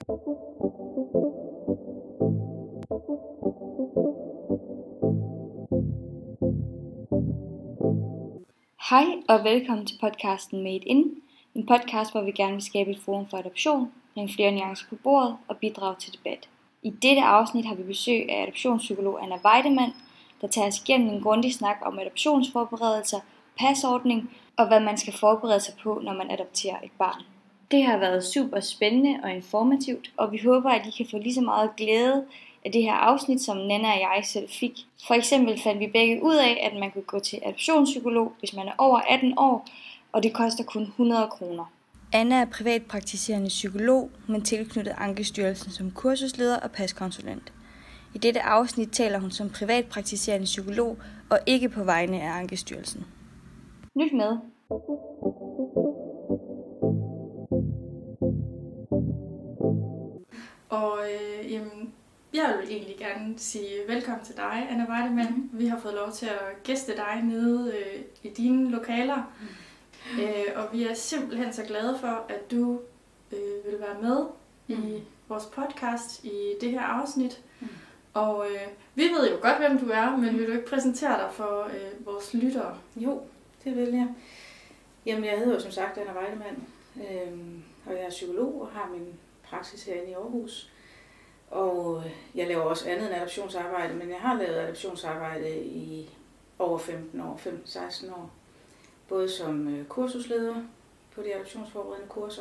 Hej og velkommen til podcasten Made In, en podcast, hvor vi gerne vil skabe et forum for adoption, bringe flere nuancer på bordet og bidrage til debat. I dette afsnit har vi besøg af adoptionspsykolog Anna Weidemann, der tager os igennem en grundig snak om adoptionsforberedelser, pasordning og hvad man skal forberede sig på, når man adopterer et barn. Det har været super spændende og informativt, og vi håber, at I kan få lige så meget glæde af det her afsnit, som Nanna og jeg selv fik. For eksempel fandt vi begge ud af, at man kunne gå til adoptionspsykolog, hvis man er over 18 år, og det koster kun 100 kroner. Anna er privatpraktiserende psykolog, men tilknyttet Ankestyrelsen som kursusleder og paskonsulent. I dette afsnit taler hun som privatpraktiserende psykolog, og ikke på vegne af Ankestyrelsen. Lyt med. Jeg vil egentlig gerne sige velkommen til dig, Anna Weidemann. Vi har fået lov til at gæste dig nede i dine lokaler. Og vi er simpelthen så glade for, at du vil være med i vores podcast i det her afsnit. Og vi ved jo godt, hvem du er, men vil du ikke præsentere dig for vores lyttere? Jo, det vil jeg. Jamen, jeg hedder jo som sagt Anna Weidemann, og jeg er psykolog og har min praksis herinde i Aarhus. Og jeg laver også andet end adoptionsarbejde, men jeg har lavet adoptionsarbejde i over 15 år, 15-16 år. Både som kursusleder på de adoptionsforberedende kurser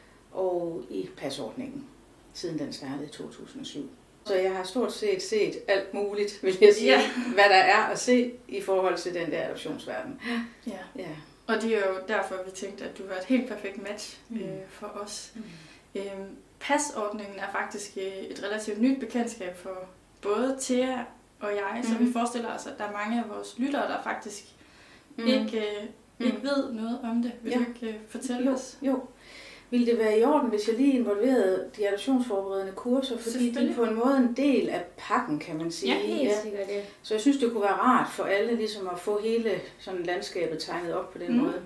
og i pasordningen, siden den startede i 2007. Så jeg har stort set alt muligt, vil jeg sige, hvad der er at se i forhold til den der adoptionsverden. Ja. Og det er jo derfor, vi tænkte, at du var et helt perfekt match for os. Pasordningen er faktisk et relativt nyt bekendtskab for både Thea og jeg, så vi forestiller os, at der er mange af vores lyttere, der faktisk ikke ved noget om det. Vil du ikke fortælle os? Jo. Vil det være i orden, hvis jeg lige involverede de adoptionsforberedende kurser, fordi de er på en måde en del af pakken, kan man sige. Ja, helt sikkert det. Så jeg synes, det kunne være rart for alle ligesom at få hele sådan landskabet tegnet op på den måde.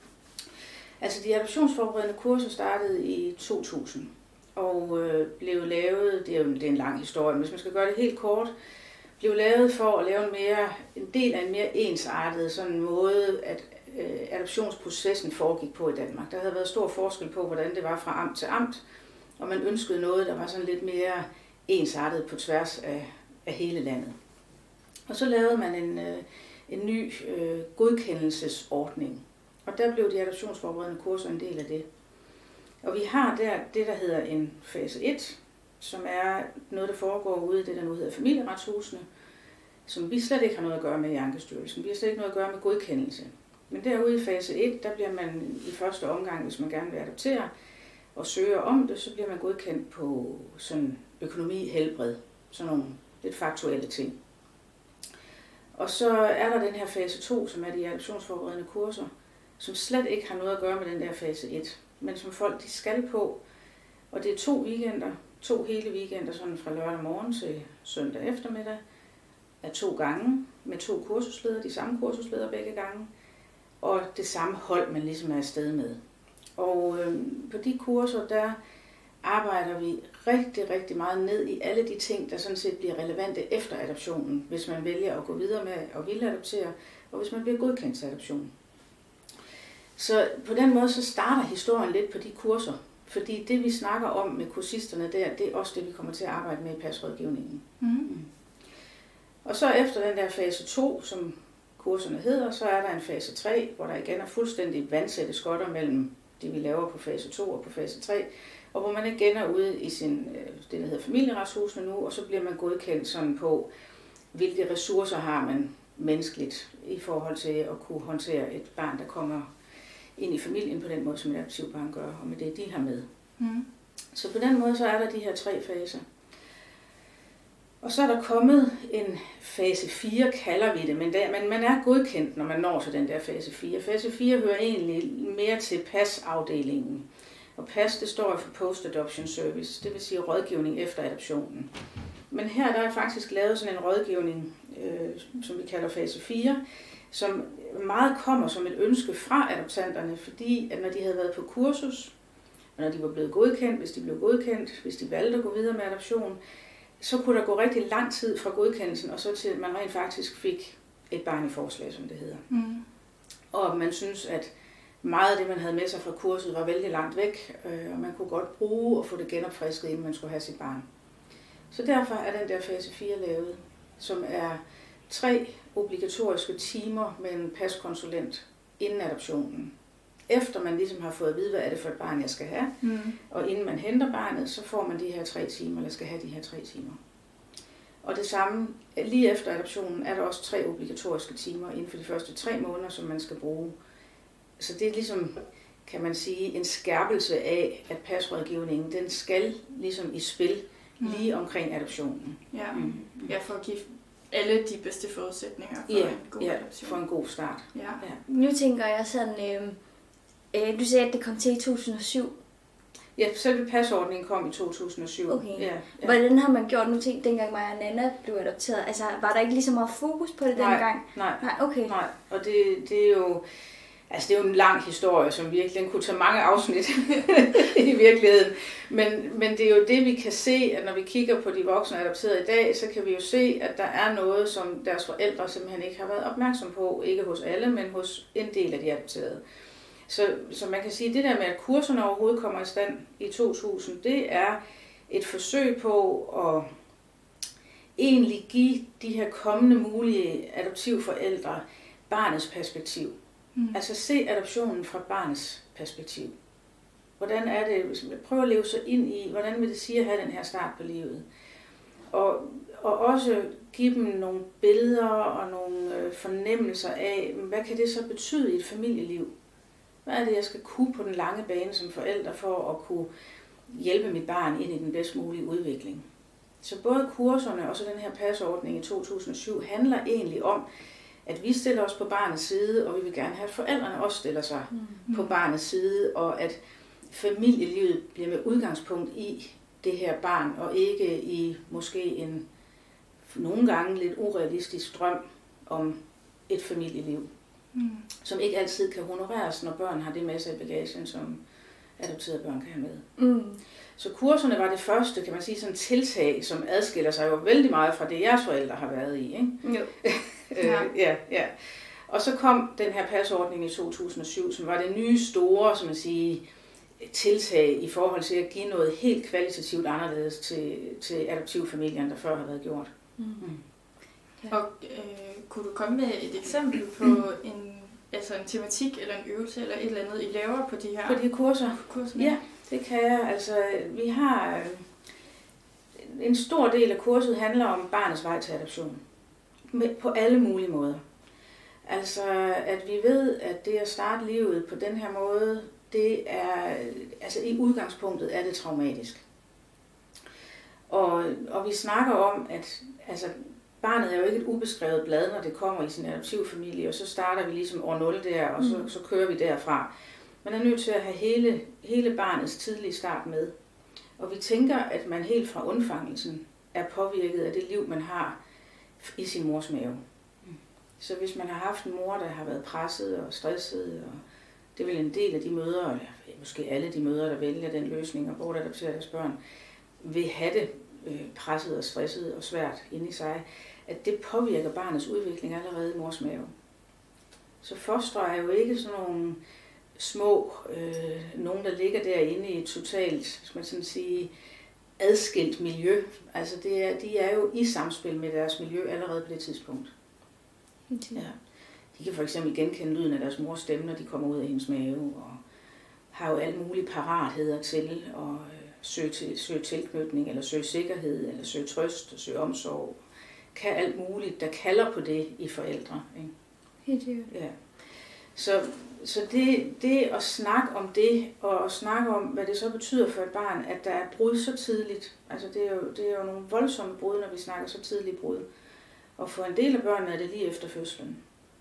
Altså, de adoptionsforberedende kurser startede i 2000 og blev lavet, det er en lang historie, men hvis man skal gøre det helt kort, blev lavet for at lave en del af en mere ensartet sådan måde, at adoptionsprocessen foregik på i Danmark. Der havde været stor forskel på, hvordan det var fra amt til amt, og man ønskede noget, der var sådan lidt mere ensartet på tværs af hele landet. Og så lavede man en ny godkendelsesordning, og der blev de adoptionsforberedende kurser en del af det. Og vi har der det, der hedder en fase 1, som er noget, der foregår ude i det, der nu hedder familieretshusene, som vi slet ikke har noget at gøre med i Ankestyrelsen. Vi har slet ikke noget at gøre med godkendelse. Men derude i fase 1, der bliver man i første omgang, hvis man gerne vil adoptere og søger om det, så bliver man godkendt på sådan økonomi, helbred, sådan nogle lidt faktuelle ting. Og så er der den her fase 2, som er de adoptionsforberedende kurser, som slet ikke har noget at gøre med den der fase 1, men som folk de skal på. Og det er 2 hele weekender, sådan fra lørdag morgen til søndag eftermiddag, af 2 gange, med 2 kursusledere, de samme kursusledere begge gange, og det samme hold, man ligesom er afsted med. Og på de kurser, der arbejder vi rigtig, rigtig meget ned i alle de ting, der sådan set bliver relevante efter adoptionen, hvis man vælger at gå videre med at ville adoptere, og hvis man bliver godkendt til adoption. Så på den måde, så starter historien lidt på de kurser, fordi det, vi snakker om med kursisterne der, det er også det, vi kommer til at arbejde med i pasrådgivningen. Og så efter den der fase 2, som kurserne hedder, så er der en fase 3, hvor der igen er fuldstændig vandsætte skotter mellem det, vi laver på fase 2 og på fase 3, og hvor man igen er ude i det, der hedder familieretshusene nu, og så bliver man godkendt sådan på, hvilke ressourcer har man menneskeligt i forhold til at kunne håndtere et barn, der kommer ind i familien på den måde, som et adoptivbarn gør, og med det, de har med. Så på den måde, så er der de her 3 faser. Og så er der kommet en fase 4, kalder vi det, men man er godkendt, når man når til den der fase 4. Fase 4 hører egentlig mere til PAS-afdelingen. Og PAS, det står for Post-Adoption Service, det vil sige rådgivning efter adoptionen. Men her der er faktisk lavet sådan en rådgivning, som vi kalder fase 4, som meget kommer som et ønske fra adoptanterne, fordi at når de havde været på kursus, Og når de var blevet godkendt, hvis de valgte at gå videre med adoption, så kunne der gå rigtig lang tid fra godkendelsen, og så til at man rent faktisk fik et barn i forslag, som det hedder. Og man synes, at meget af det, man havde med sig fra kurset, var vældig langt væk, og man kunne godt bruge og få det genopfrisket, inden man skulle have sit barn. Så derfor er den der fase 4 lavet, som er 3 obligatoriske timer med en paskonsulent inden adoptionen. Efter man ligesom har fået at vide, hvad er det for et barn, jeg skal have, og inden man henter barnet, så får man de her 3 timer, eller skal have de her 3 timer. Og det samme, lige efter adoptionen, er der også 3 obligatoriske timer inden for de første 3 måneder, som man skal bruge. Så det er ligesom, kan man sige, en skærpelse af, at pasrådgivningen, den skal ligesom i spil lige omkring adoptionen. Ja, for at give alle de bedste forudsætninger for en god adoption. For en god start. Ja. Nu tænker jeg sådan, du sagde, at det kom til i 2007. Ja, selve pasordningen kom i 2007. Okay. Ja. Hvordan har man gjort nu ting, dengang mig og Nana blev adopteret? Altså, var der ikke lige så meget fokus på det dengang? Nej. Okay. Nej, og det er jo... Altså, det er jo en lang historie, som virkelig kunne tage mange afsnit i virkeligheden. Men det er jo det, vi kan se, at når vi kigger på de voksne adopterede i dag, så kan vi jo se, at der er noget, som deres forældre simpelthen ikke har været opmærksom på. Ikke hos alle, men hos en del af de adopterede. Så man kan sige, at det der med, at kurserne overhovedet kommer i stand i 2000, det er et forsøg på at egentlig give de her kommende mulige adoptivforældre barnets perspektiv. Altså se adoptionen fra barnets perspektiv. Hvordan er det, hvis man prøver at leve sig ind i, hvordan vil det sige at have den her start på livet? Og også give dem nogle billeder og nogle fornemmelser af, hvad kan det så betyde i et familieliv? Hvad er det, jeg skal kunne på den lange bane som forælder for at kunne hjælpe mit barn ind i den bedst mulige udvikling? Så både kurserne og så den her pasordning i 2007 handler egentlig om, at vi stiller os på barnets side, og vi vil gerne have, at forældrene også stiller sig på barnets side, og at familielivet bliver med udgangspunkt i det her barn, og ikke i måske en nogle gange lidt urealistisk drøm om et familieliv, som ikke altid kan honoreres, når børn har det med sig i bagagen, som adopterede børn kan have med. Så kurserne var det første, kan man sige, sådan tiltag, som adskiller sig jo vældig meget fra det, jeres forældre har været i, ikke? Jo. Ja. Og så kom den her pasordning i 2007, som var det nye store, som man siger, tiltag i forhold til at give noget helt kvalitativt anderledes til adoptivfamilierne, der før har været gjort. Og kunne du komme med et eksempel på en tematik eller en øvelse eller et eller andet, I laver på de her? På de kurser? Ja, det kan jeg. Altså, vi har en stor del af kurset handler om barnets vej til adoption. På alle mulige måder. Altså, at vi ved, at det at starte livet på den her måde, det er, altså i udgangspunktet er det traumatisk. Og vi snakker om, at altså, barnet er jo ikke et ubeskrevet blad, når det kommer i sin adoptivfamilie, og så starter vi ligesom år 0 der, og så kører vi derfra. Man er nødt til at have hele barnets tidlige start med. Og vi tænker, at man helt fra undfangelsen er påvirket af det liv, man har i sin mors mave. Så hvis man har haft en mor, der har været presset og stresset, og det er vel en del af de mødre, eller måske alle de mødre, der vælger den løsning og bortadopterer deres børn, vil have det presset og stresset og svært inde i sig, at det påvirker barnets udvikling allerede i mors mave. Så fostre er jo ikke sådan nogle små, nogen der ligger derinde i et totalt, skal man sådan sige, adskilt miljø. Altså de er jo i samspil med deres miljø allerede på det tidspunkt. Ja. De kan for eksempel genkende lyden af deres mors stemme, når de kommer ud af hendes mave, og har jo alle mulige paratheder til at søge tilknytning, eller søge sikkerhed, eller søge trøst, og søge omsorg. Kan alt muligt, der kalder på det i forældre. Ikke? Helt sikkert. Ja. Så det at snakke om det, og at snakke om, hvad det så betyder for et barn, at der er brud så tidligt. Altså det er jo nogle voldsomme brud, når vi snakker så tidligt brud. Og for en del af børnene er det lige efter fødslen.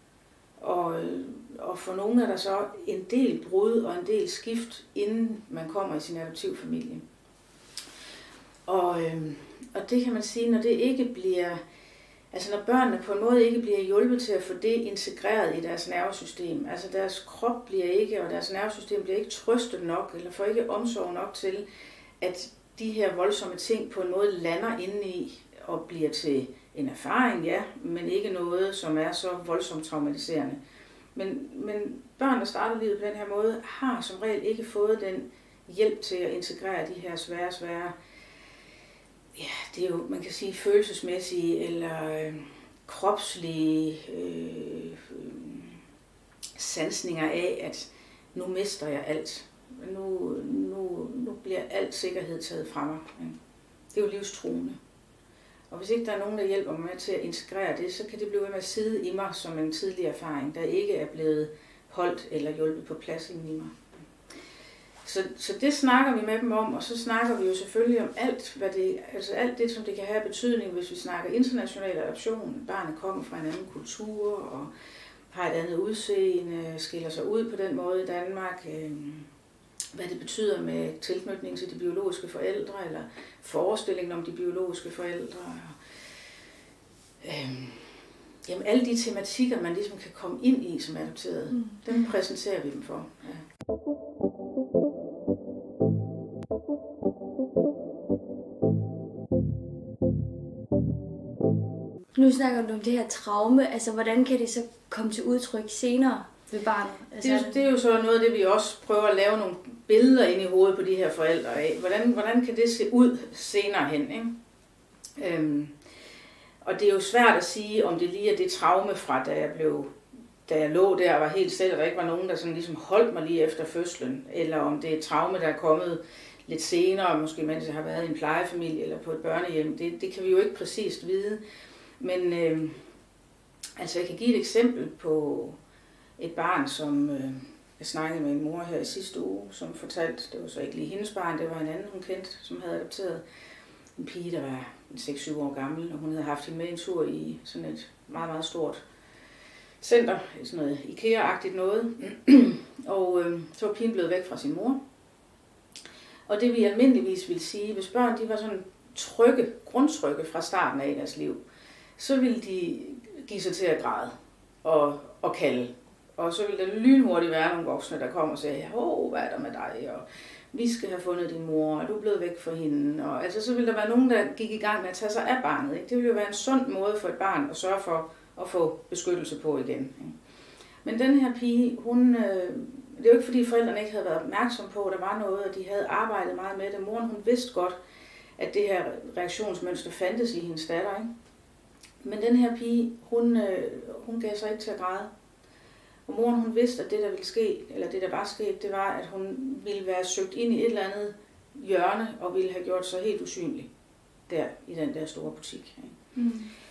Og for nogle er der så en del brud og en del skift, inden man kommer i sin adoptivfamilie. Og det kan man sige, når det ikke bliver Altså når børnene på en måde ikke bliver hjulpet til at få det integreret i deres nervesystem, altså deres krop bliver ikke, og deres nervesystem bliver ikke trøstet nok, eller får ikke omsorg nok til, at de her voldsomme ting på en måde lander indeni og bliver til en erfaring, ja, men ikke noget, som er så voldsomt traumatiserende. Men børn, der starter livet på den her måde, har som regel ikke fået den hjælp til at integrere de her svære, ja, det er jo, man kan sige, følelsesmæssige eller kropslige sansninger af, at nu mister jeg alt. Nu bliver alt sikkerhed taget fra mig. Det er jo livstruende. Og hvis ikke der er nogen, der hjælper mig med til at integrere det, så kan det blive ved med at sidde i mig som en tidlig erfaring, der ikke er blevet holdt eller hjulpet på plads i mig. Så det snakker vi med dem om, og så snakker vi jo selvfølgelig om alt, alt det, som det kan have betydning, hvis vi snakker international adoption. Barnet kommer fra en anden kultur og har et andet udseende, skiller sig ud på den måde i Danmark. Hvad det betyder med tilknytning til de biologiske forældre, eller forestillingen om de biologiske forældre. Jamen alle de tematikker, man ligesom kan komme ind i som adopteret, dem præsenterer vi dem for. Ja. Nu snakker du om det her traume, altså hvordan kan det så komme til udtryk senere ved barnet? Altså, det er jo så noget af det, vi også prøver at lave nogle billeder ind i hovedet på de her forældre af. Hvordan kan det se ud senere hen, ikke? Og det er jo svært at sige, om det lige er det traume fra, da jeg lå der og var helt selv, og der ikke var nogen, der sådan ligesom holdt mig lige efter fødslen, eller om det er et traume, der er kommet lidt senere, måske mens jeg har været i en plejefamilie eller på et børnehjem. Det kan vi jo ikke præcist vide. Men altså jeg kan give et eksempel på et barn, som jeg snakkede med en mor her i sidste uge, som fortalte, det var så ikke lige hendes barn, det var en anden, hun kendte, som havde adopteret en pige, der var 6-7 år gammel, og hun havde haft hende med en tur i sådan et meget, meget stort center, sådan noget IKEA-agtigt noget, og så var pigen blevet væk fra sin mor. Og det vi almindeligvis vil sige, hvis børn de var sådan grundtrygge fra starten af deres liv, så ville de give sig til at græde og kalde. Og så ville der lynhurtigt være nogle voksne, der kom og sagde, hvad er der med dig? Og vi skal have fundet din mor, og du er blevet væk fra hende. Og altså, så ville der være nogen, der gik i gang med at tage sig af barnet. Ikke? Det ville jo være en sund måde for et barn at sørge for at få beskyttelse på igen. Ikke? Men den her pige, det er jo ikke fordi forældrene ikke havde været opmærksom på, at der var noget, og de havde arbejdet meget med det. Moren, hun vidste godt, at det her reaktionsmønster fandtes i hendes datter. Ikke? Men den her pige, hun gav sig ikke til at græde. Og moren, hun vidste, at det, der ville ske, eller det, der var sket, det var, at hun ville være søgt ind i et eller andet hjørne, og ville have gjort sig helt usynlig der i den der store butik. Ikke?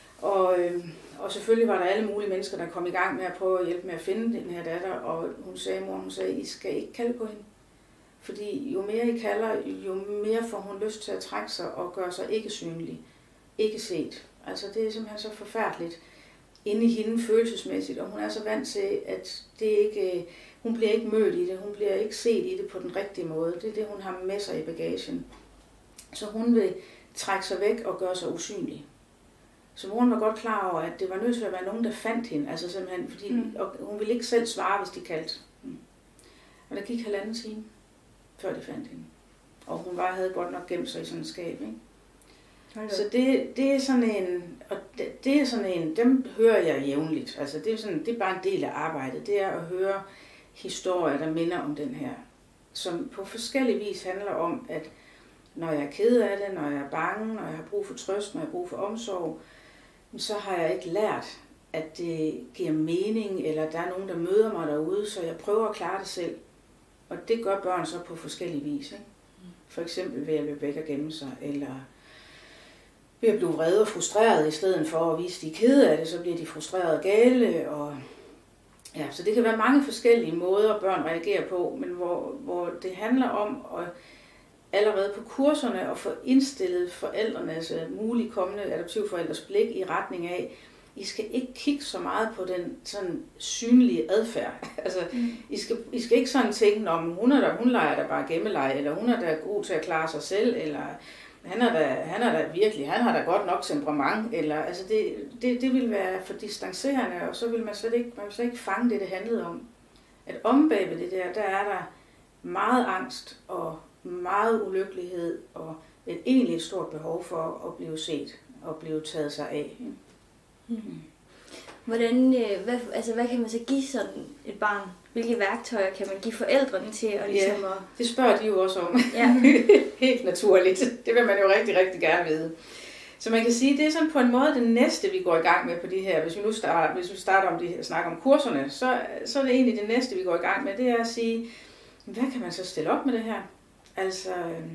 Og selvfølgelig var der alle mulige mennesker, der kom i gang med at prøve at hjælpe med at finde den her datter, og moren sagde, I skal ikke kalde på hende. Fordi jo mere I kalder, jo mere får hun lyst til at trække sig og gøre sig ikke synlig, ikke set. Altså det er simpelthen så forfærdeligt inde i hende følelsesmæssigt, og hun er så vant til, at hun bliver ikke mødt i det, hun bliver ikke set i det på den rigtige måde. Det er det, hun har med sig i bagagen. Så hun vil trække sig væk og gøre sig usynlig. Så moren var godt klar over, at det var nødt til at være nogen, der fandt hende, altså simpelthen, fordi og hun ville ikke selv svare, hvis de kaldte. Og der gik 1,5 time, før de fandt hende. Og hun havde godt nok gemt sig i sådan en skab, ikke? Så det er sådan en, dem hører jeg jævnligt. Altså det er bare en del af arbejdet. Det er at høre historier, der minder om den her. Som på forskellig vis handler om, at når jeg er ked af det, når jeg er bange, når jeg har brug for trøst, når jeg har brug for omsorg, så har jeg ikke lært, at det giver mening, eller der er nogen, der møder mig derude, så jeg prøver at klare det selv. Og det gør børn så på forskellige vis. Ikke? For eksempel ved at løbe væk og gemme sig, eller ved at blive vrede og frustreret, i stedet for at vise, at de er kede af det, så bliver de frustreret og gale. Og ja, så det kan være mange forskellige måder, børn reagerer på, men hvor det handler om at allerede på kurserne at få indstillet forældrenes mulige kommende adoptivforældres blik i retning af, I skal ikke kigge så meget på den sådan synlige adfærd. Altså, I skal ikke sådan tænke, om hun leger der bare gemmeleje, eller hun er der god til at klare sig selv, eller han har da godt nok temperament, eller altså det vil være for distancerende, og så vil man slet ikke fange det handlede om. At om bag ved det der er der meget angst og meget ulykkelighed og egentlig et stort behov for at blive set og blive taget sig af. Hvordan, hvad kan man så give sådan et barn? Hvilke værktøjer kan man give forældrene til? Og ligesom at... det spørger de jo også om. Ja. Helt naturligt. Det vil man jo rigtig, rigtig gerne vide. Så man kan sige, det er sådan på en måde det næste, vi går i gang med på de her. Hvis vi starter om at snakke om kurserne, så er det egentlig det næste, vi går i gang med. Det er at sige, hvad kan man så stille op med det her? Altså,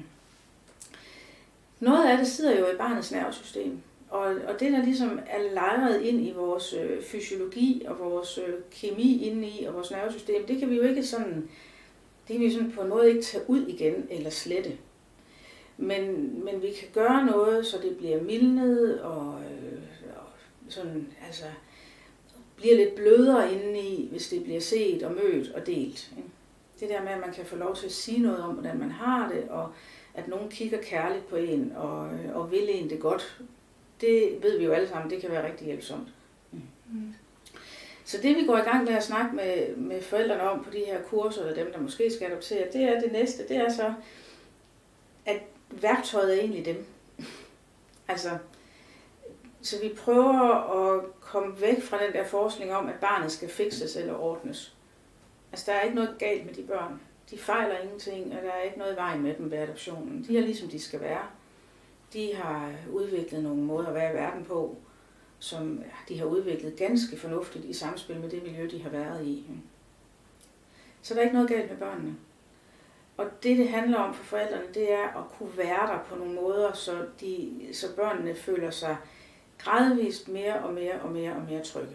noget af det sidder jo i barnets nervesystem. Og det, der ligesom er lejret ind i vores fysiologi og vores kemi inde i og vores nervesystem, det kan vi jo ikke sådan, på en måde ikke tage ud igen eller slette. Men vi kan gøre noget, så det bliver mildnet og sådan, altså, bliver lidt blødere indeni, hvis det bliver set og mødt og delt. Det der med, at man kan få lov til at sige noget om, hvordan man har det, og at nogen kigger kærligt på en og vil en det godt. Det ved vi jo alle sammen, det kan være rigtig hjælpsomt. Så det vi går i gang med at snakke med forældrene om på de her kurser, eller dem der måske skal adoptere, det er det næste, det er så, at værktøjet er egentlig dem. Altså, så vi prøver at komme væk fra den der forskning om, at barnet skal fikses eller ordnes. Altså der er ikke noget galt med de børn. De fejler ingenting, og der er ikke noget i vejen med dem ved adoptionen. De er ligesom de skal være. De har udviklet nogle måder at være i verden på, som de har udviklet ganske fornuftigt i samspil med det miljø, de har været i. Så der er ikke noget galt med børnene. Og det handler om for forældrene, det er at kunne være der på nogle måder, så børnene føler sig gradvist mere og mere trygge.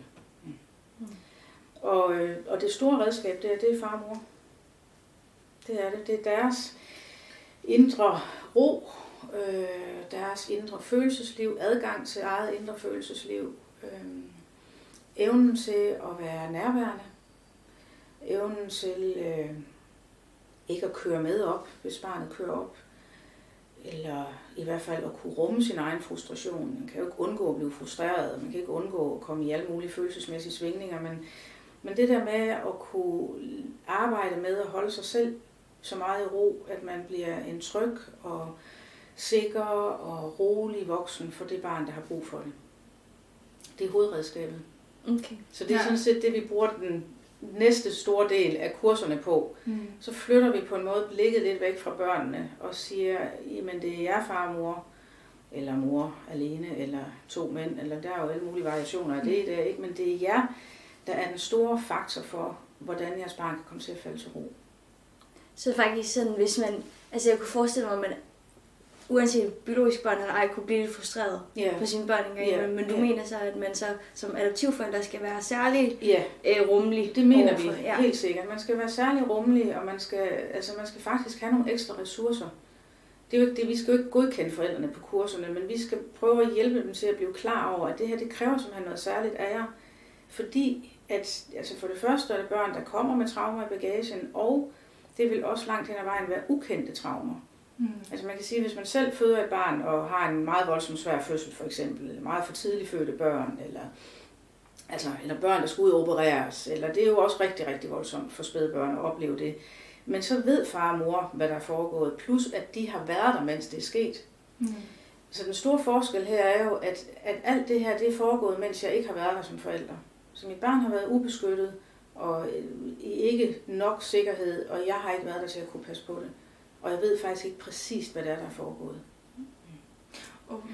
Og det store redskab, det er far og mor. Det er det. Det er deres indre ro, deres indre følelsesliv, adgang til eget indre følelsesliv, evnen til at være nærværende, evnen til ikke at køre med op, hvis barnet kører op, eller i hvert fald at kunne rumme sin egen frustration. Man kan jo ikke undgå at blive frustreret, man kan ikke undgå at komme i alle mulige følelsesmæssige svingninger, men det der med at kunne arbejde med at holde sig selv så meget i ro, at man bliver en tryg og sikker og rolig voksen for det barn, der har brug for det. Det er hovedredskabet. Okay. Så det er sådan set det, vi bruger den næste store del af kurserne på. Så flytter vi på en måde blikket lidt væk fra børnene og siger, jamen det er jer far og mor, eller mor alene, eller 2 mænd, eller der er jo alle mulige variationer af det, ikke? Men det er jer, der er den store faktor for, hvordan jeres barn kan komme til at falde til ro. Så faktisk sådan, hvis man, altså jeg kunne forestille mig, at man uanset biologisk børn eller ej, kunne blive lidt frustreret på sine børn engang. Men du mener så, at man så som adoptivforældre skal være særlig rummelig? Det mener vi helt sikkert. Man skal være særlig rummelig, og man skal faktisk have nogle ekstra ressourcer. Det er jo ikke det, vi skal jo ikke godkende forældrene på kurserne, men vi skal prøve at hjælpe dem til at blive klar over, at det her, det kræver simpelthen noget særligt af jer. Fordi at, altså for det første er det børn, der kommer med traumer i bagagen, og det vil også langt hen ad vejen være ukendte traumer. Altså man kan sige, at hvis man selv føder et barn og har en meget voldsom svær fødsel for eksempel, eller meget for tidligt fødte børn, eller børn, der skal ud og opereres, eller det er jo også rigtig, rigtig voldsomt for spædbørn at opleve det. Men så ved far og mor, hvad der er foregået, plus at de har været der, mens det er sket. Så den store forskel her er jo, at alt det her, det er foregået, mens jeg ikke har været der som forælder. Så mit barn har været ubeskyttet, og ikke nok sikkerhed, og jeg har ikke været der til at kunne passe på det. Og jeg ved faktisk ikke præcis, hvad der er foregået. Og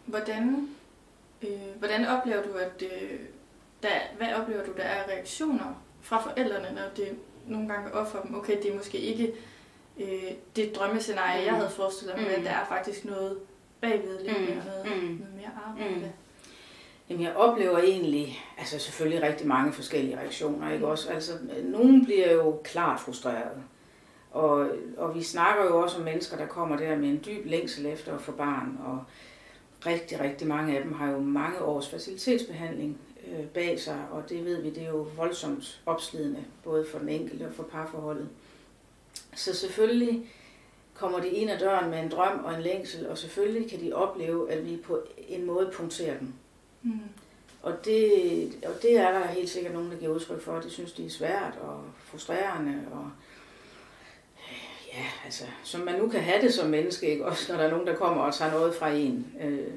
hvordan oplever du, hvad oplever du, der er reaktioner fra forældrene, når det nogle gange er op for dem? Okay, det er måske ikke det drømmescenarie, jeg havde forestillet mig, men der er faktisk noget bagved, lidt mere, noget mere arbejde. Jamen, jeg oplever egentlig, altså selvfølgelig rigtig mange forskellige reaktioner, ikke også? Altså, nogen bliver jo klart frustreret. Og vi snakker jo også om mennesker, der kommer der med en dyb længsel efter at få barn, og rigtig, rigtig mange af dem har jo mange års facilitetsbehandling bag sig, og det ved vi, det er jo voldsomt opslidende, både for den enkelte og for parforholdet. Så selvfølgelig kommer de ind ad døren med en drøm og en længsel, og selvfølgelig kan de opleve, at vi på en måde punkterer dem. Mm. Og det er der helt sikkert nogen, der giver udtryk for, at de synes, det er svært og frustrerende, og ja, altså, som man nu kan have det som menneske, ikke? Også når der er nogen, der kommer og tager noget fra en.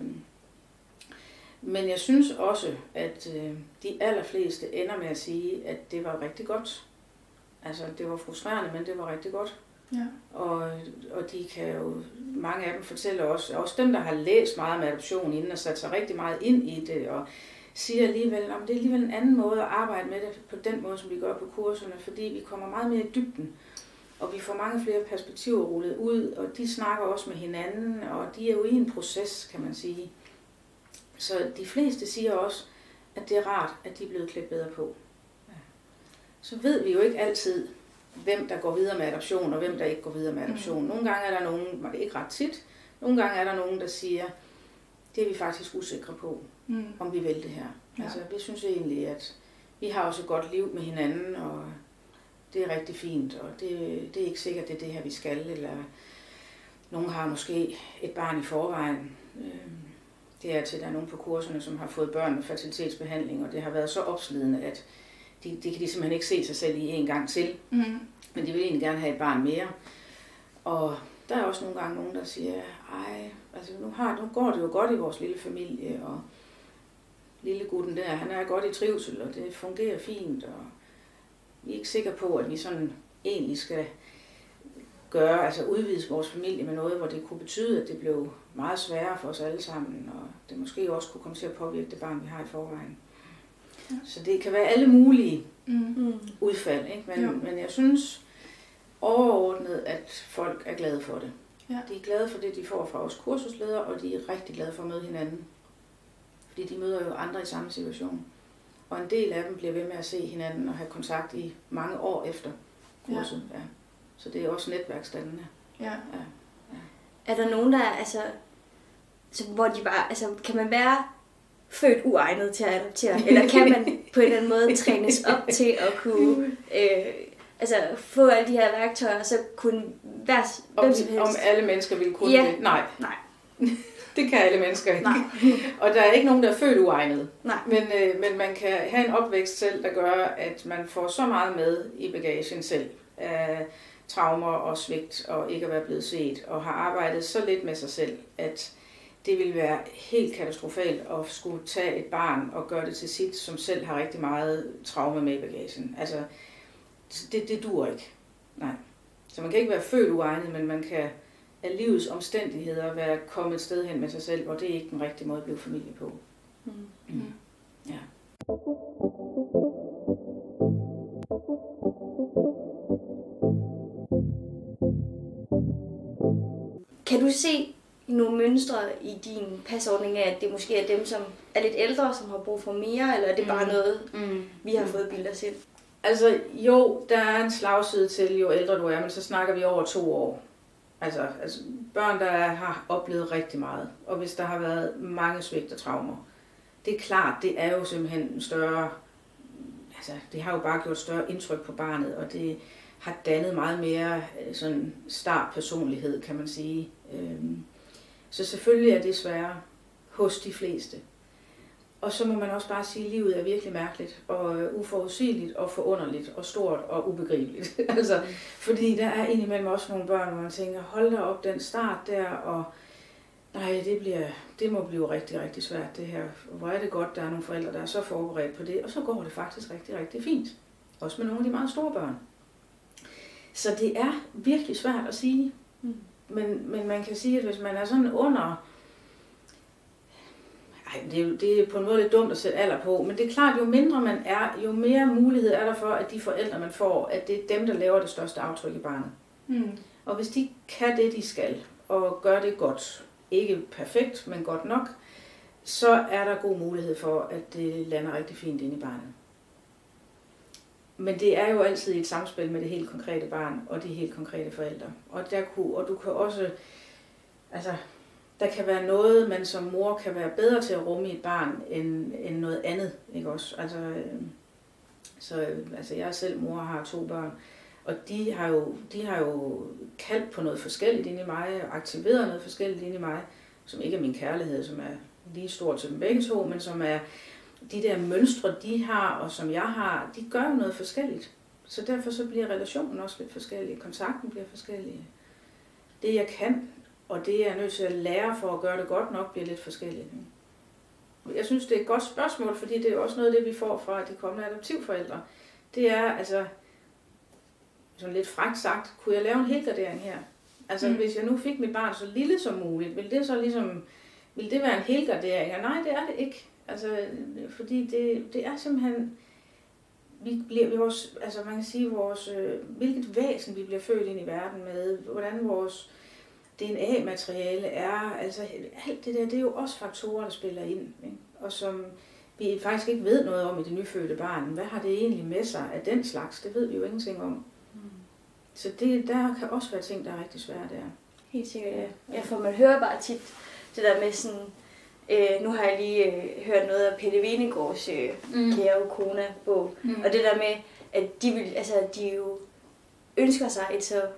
Men jeg synes også, at de allerfleste ender med at sige, at det var rigtig godt. Altså, det var frustrerende, men det var rigtig godt. Ja. Og de kan jo, mange af dem fortæller også dem, der har læst meget om adoption inden og sat sig rigtig meget ind i det, og siger alligevel, at det er alligevel en anden måde at arbejde med det på den måde, som vi gør på kurserne, fordi vi kommer meget mere i dybden, og vi får mange flere perspektiver rullet ud, og de snakker også med hinanden, og de er jo i en proces, kan man sige. Så de fleste siger også, at det er rart, at de er blevet klædt bedre på. Ja. Så ved vi jo ikke altid, hvem der går videre med adoption, og hvem der ikke går videre med adoption. Nogle gange er der nogen, ikke ret tit, nogle gange er der nogen, der siger, det er vi faktisk usikre på, om vi vil det her. Ja. Altså, vi synes egentlig, at vi har også et godt liv med hinanden, og det er rigtig fint, og det er ikke sikkert, det er det her, vi skal, eller nogen har måske et barn i forvejen. Det er til, der er nogen på kurserne, som har fået børn med fertilitetsbehandling, og det har været så opslidende, at det kan de simpelthen ikke se sig selv i en gang til. Mm. Men de vil egentlig gerne have et barn mere. Og der er også nogle gange nogen, der siger, altså nu går det jo godt i vores lille familie, og lille gutten der, han er godt i trivsel, og det fungerer fint, og vi er ikke sikre på, at vi sådan egentlig skal udvide vores familie med noget, hvor det kunne betyde, at det blev meget sværere for os alle sammen, og det måske også kunne komme til at påvirke det barn, vi har i forvejen. Ja. Så det kan være alle mulige udfald, ikke? Men jeg synes overordnet, at folk er glade for det. Ja. De er glade for det, de får fra os kursusledere, og de er rigtig glade for at møde hinanden. Fordi de møder jo andre i samme situation. Og en del af dem bliver ved med at se hinanden og have kontakt i mange år efter kurset. Ja. Ja. Så det er også netværksdannende. Ja. Ja. Ja. Er der nogen, der hvor de bare, kan man være født uegnet til at adoptere, eller kan man på en eller anden måde trænes op til at kunne få alle de her værktøjer, og så kunne være hvem som helst? Om alle mennesker vil kunne det? Nej. Det kan alle mennesker ikke. Og der er ikke nogen, der er født uegnet. Men man kan have en opvækst selv, der gør, at man får så meget med i bagagen selv. Traumer og svigt og ikke at være blevet set, og har arbejdet så lidt med sig selv, at det vil være helt katastrofalt at skulle tage et barn og gøre det til sit, som selv har rigtig meget traume med i bagagen. Altså, det duer ikke. Nej. Så man kan ikke være født uegnet, men man kan af livets omstændigheder være kommet et sted hen med sig selv, hvor det er ikke den rigtige måde at blive familie på. Ja. Kan du se nogle mønstre i din pasordning af, at det måske er dem, som er lidt ældre, som har brug for mere, eller er det bare noget, vi har fået bilder selv? Altså jo, der er en slagside til, jo ældre du er, men så snakker vi over 2 år. Altså børn, der har oplevet rigtig meget, og hvis der har været mange svigt og traumer. Det er klart, det er jo simpelthen en større, det har jo bare gjort større indtryk på barnet, og det har dannet meget mere sådan start personlighed, kan man sige. Så selvfølgelig er det sværere hos de fleste. Og så må man også bare sige, at livet er virkelig mærkeligt, og uforudsigeligt, og forunderligt, og stort, og ubegribeligt. Fordi der er indimellem også nogle børn, hvor man tænker, hold da op den start der, og nej, det må blive rigtig, rigtig svært det her. Hvor er det godt, der er nogle forældre, der er så forberedt på det, og så går det faktisk rigtig, rigtig fint. Også med nogle af de meget store børn. Så det er virkelig svært at sige. Men man kan sige, at hvis man er sådan under... det er på en måde lidt dumt at sætte alder på, men det er klart, jo mindre man er, jo mere mulighed er der for, at de forældre, man får, at det er dem, der laver det største aftryk i barnet. Og hvis de kan det, de skal, og gør det godt, ikke perfekt, men godt nok, så er der god mulighed for, at det lander rigtig fint ind i barnet. Men det er jo altid i et samspil med det helt konkrete barn og de helt konkrete forældre. Og du kan også, der kan være noget, man som mor kan være bedre til at rumme i et barn end noget andet, ikke også? Jeg er selv mor og har 2 børn, Og de har jo kaldt på noget forskelligt inde i mig, og aktiveret noget forskelligt inde i mig, som ikke er min kærlighed, som er lige stort til dem begge to, men som er de der mønstre, de har, og som jeg har, de gør jo noget forskelligt. Så derfor så bliver relationen også lidt forskellig, kontakten bliver forskellig. Det jeg kan, og det jeg er nødt til at lære for at gøre det godt nok, bliver lidt forskelligt. Jeg synes, det er et godt spørgsmål, fordi det er også noget af det, vi får fra de kommende adoptivforældre. Det er altså, sådan lidt frækt sagt, kunne jeg lave en helgardering her? Altså, hvis jeg nu fik mit barn så lille som muligt, ville det være en helgardering? Ja, nej, det er det ikke. Altså, fordi det er simpelthen, vi bliver vores, altså man kan sige, hvilket væsen vi bliver født ind i verden med, hvordan vores DNA-materiale er, altså alt det der, det er jo også faktorer, der spiller ind, ikke? Og som vi faktisk ikke ved noget om i det nyfødte barn. Hvad har det egentlig med sig af den slags? Det ved vi jo ingenting om. Så der kan også være ting, der er rigtig svære der. Helt sikkert, ja. Ja, for man hører bare tit det der med sådan, nu har jeg lige hørt noget af Pelle Venegårds Kære Ukona-bog, og det der med, at de jo ønsker sig et så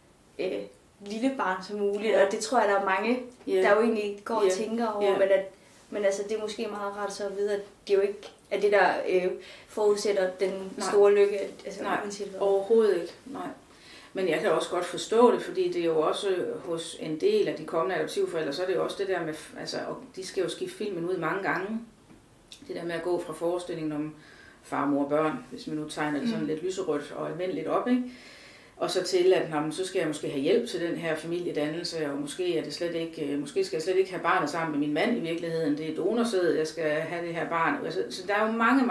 lille barn som muligt, og det tror jeg, der er mange, der jo egentlig går og tænker over, men altså, det er måske meget rart så at vide, at det jo ikke er det, der forudsætter den store lykke. Altså, nej, overhovedet ikke. Nej. Men jeg kan også godt forstå det, fordi det er jo også hos en del af de kommende adoptivforældre, så er det jo også det der med, altså, og de skal jo skifte filmen ud mange gange. Det der med at gå fra forestillingen om far, mor og børn, hvis man nu tegner det sådan lidt lyserødt og almindeligt op, ikke? Og så til, at så skal jeg måske have hjælp til den her familiedannelse, og måske skal jeg slet ikke have barnet sammen med min mand i virkeligheden. Det er donorsæd, jeg skal have det her barn. Så der er jo mange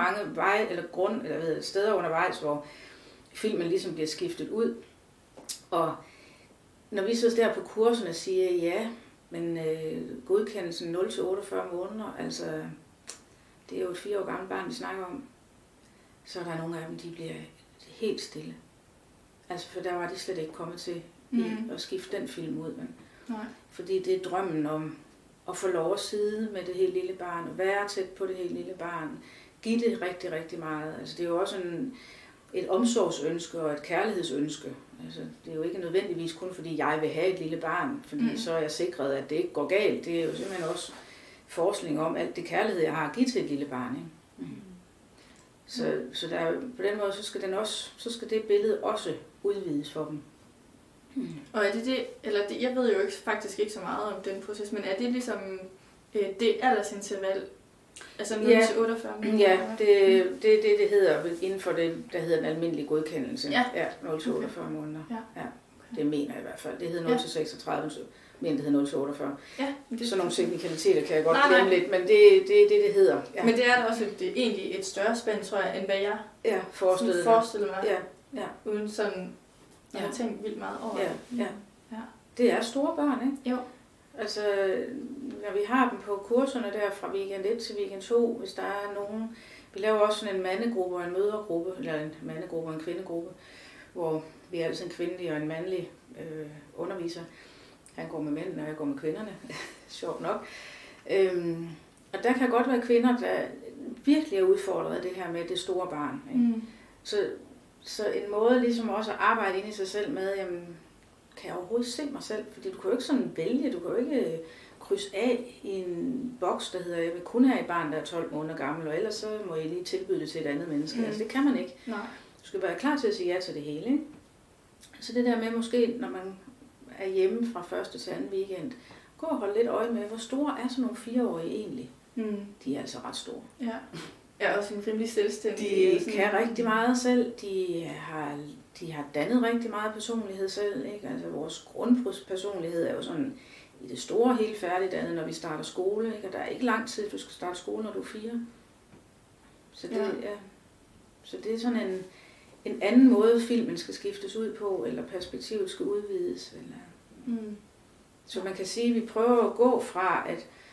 steder undervejs, hvor filmen ligesom bliver skiftet ud. Og når vi så der på kurserne siger, ja, men godkendelsen 0-48 måneder, altså det er jo et 4 år gammelt barn, vi snakker om, så er der nogle af dem, de bliver helt stille. Altså, for der var de slet ikke kommet til at skifte den film ud. Men. Nej. Fordi det er drømmen om at få lov at sidde med det helt lille barn, og være tæt på det helt lille barn, give det rigtig, rigtig meget. Altså, det er jo også et omsorgsønske og et kærlighedsønske. Altså, det er jo ikke nødvendigvis kun fordi jeg vil have et lille barn, fordi så er jeg sikret, at det ikke går galt. Det er jo simpelthen også forskning om alt det kærlighed, jeg har at give til et lille barn. Ikke? Så der, på den måde, så skal det billede også udvides for dem. Og er det, jeg ved jo faktisk ikke så meget om den proces, men er det ligesom det aldersinterval, altså 0-48 minutter? Ja, det hedder inden for det, der hedder den almindelige godkendelse. Ja, 0-48 måneder. Ja. Okay. Det mener jeg i hvert fald. Det hedder 0-36, men det hedder 0-48. Ja, så nogle teknikaliteter kan jeg godt glemme lidt, men det er det hedder. Ja. Men det er da også egentlig et større spænd, tror jeg, end hvad jeg forestillede mig. Ja. Uden sådan, jeg har tænkt vildt meget over det. Ja. Det er store børn, ikke? Jo. Altså, når vi har dem på kurserne der fra weekend 1 til weekend 2, hvis der er nogen, vi laver også sådan en mandegruppe og en mødregruppe, eller en mandegruppe og en kvindegruppe, hvor vi er altså en kvindelig og en mandlig underviser. Han går med mændene, og jeg går med kvinderne. Sjovt nok. Og der kan godt være kvinder, der virkelig er udfordret af det her med det store barn. Ikke? Så en måde ligesom også at arbejde ind i sig selv med, jamen, kan jeg overhovedet se mig selv? Fordi du kan jo ikke sådan vælge, du kan jo ikke krydse af i en boks, der hedder, jeg vil kun have et barn, der er 12 måneder gammel, og ellers så må jeg lige tilbyde det til et andet menneske. Altså det kan man ikke. Nej. Du skal være klar til at sige ja til det hele. Ikke? Så det der med måske, når man er hjemme fra første til anden weekend, gå og holde lidt øje med, hvor store er sådan nogle 4-årige egentlig? De er altså ret store. Ja. Ja, også en rimelig selvstændig. De kan rigtig meget selv. De har dannet rigtig meget personlighed selv. Ikke? Altså vores grundpersonlighed er jo sådan i det store helt færdigdannet, når vi starter skole. Ikke? Og der er ikke lang tid, du skal starte skole, når du er 4. Så det er sådan en anden måde, filmen skal skiftes ud på, eller perspektivet skal udvides. Eller. Så man kan sige, at vi prøver at gå fra,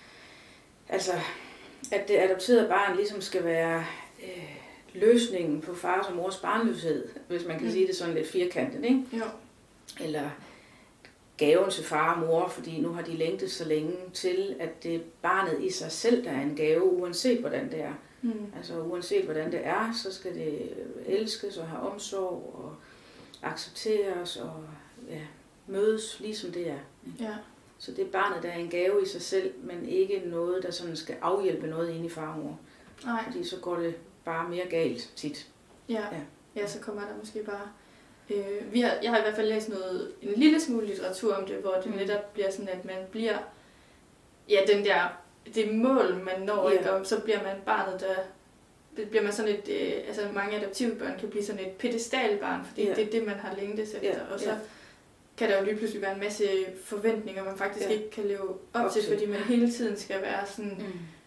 at det adopterede barn ligesom skal være løsningen på fars og mors barnløshed, hvis man kan sige det sådan lidt firkantet, ikke? Jo. Eller gaven til far og mor, fordi nu har de længtet så længe til, at det barnet i sig selv, der er en gave, uanset hvordan det er. Altså uanset hvordan det er, så skal det elskes og have omsorg og accepteres og mødes ligesom det er. Ja. Så det er barnet, der er en gave i sig selv, men ikke noget, der sådan skal afhjælpe noget inde i far og mor. Nej. Fordi så går det bare mere galt tit. Ja, så kommer der måske bare... jeg har i hvert fald læst en lille smule litteratur om det, hvor det netop bliver sådan, at man bliver... Ja, det mål, man når, ikke? Og så bliver man barnet, der... Bliver man sådan et... altså mange adoptivbørn kan blive sådan et pedestalbarn, fordi det er det, man har længtes efter. Og så kan der jo lige pludselig være en masse forventninger, man faktisk ikke kan leve op til, fordi man hele tiden skal være sådan...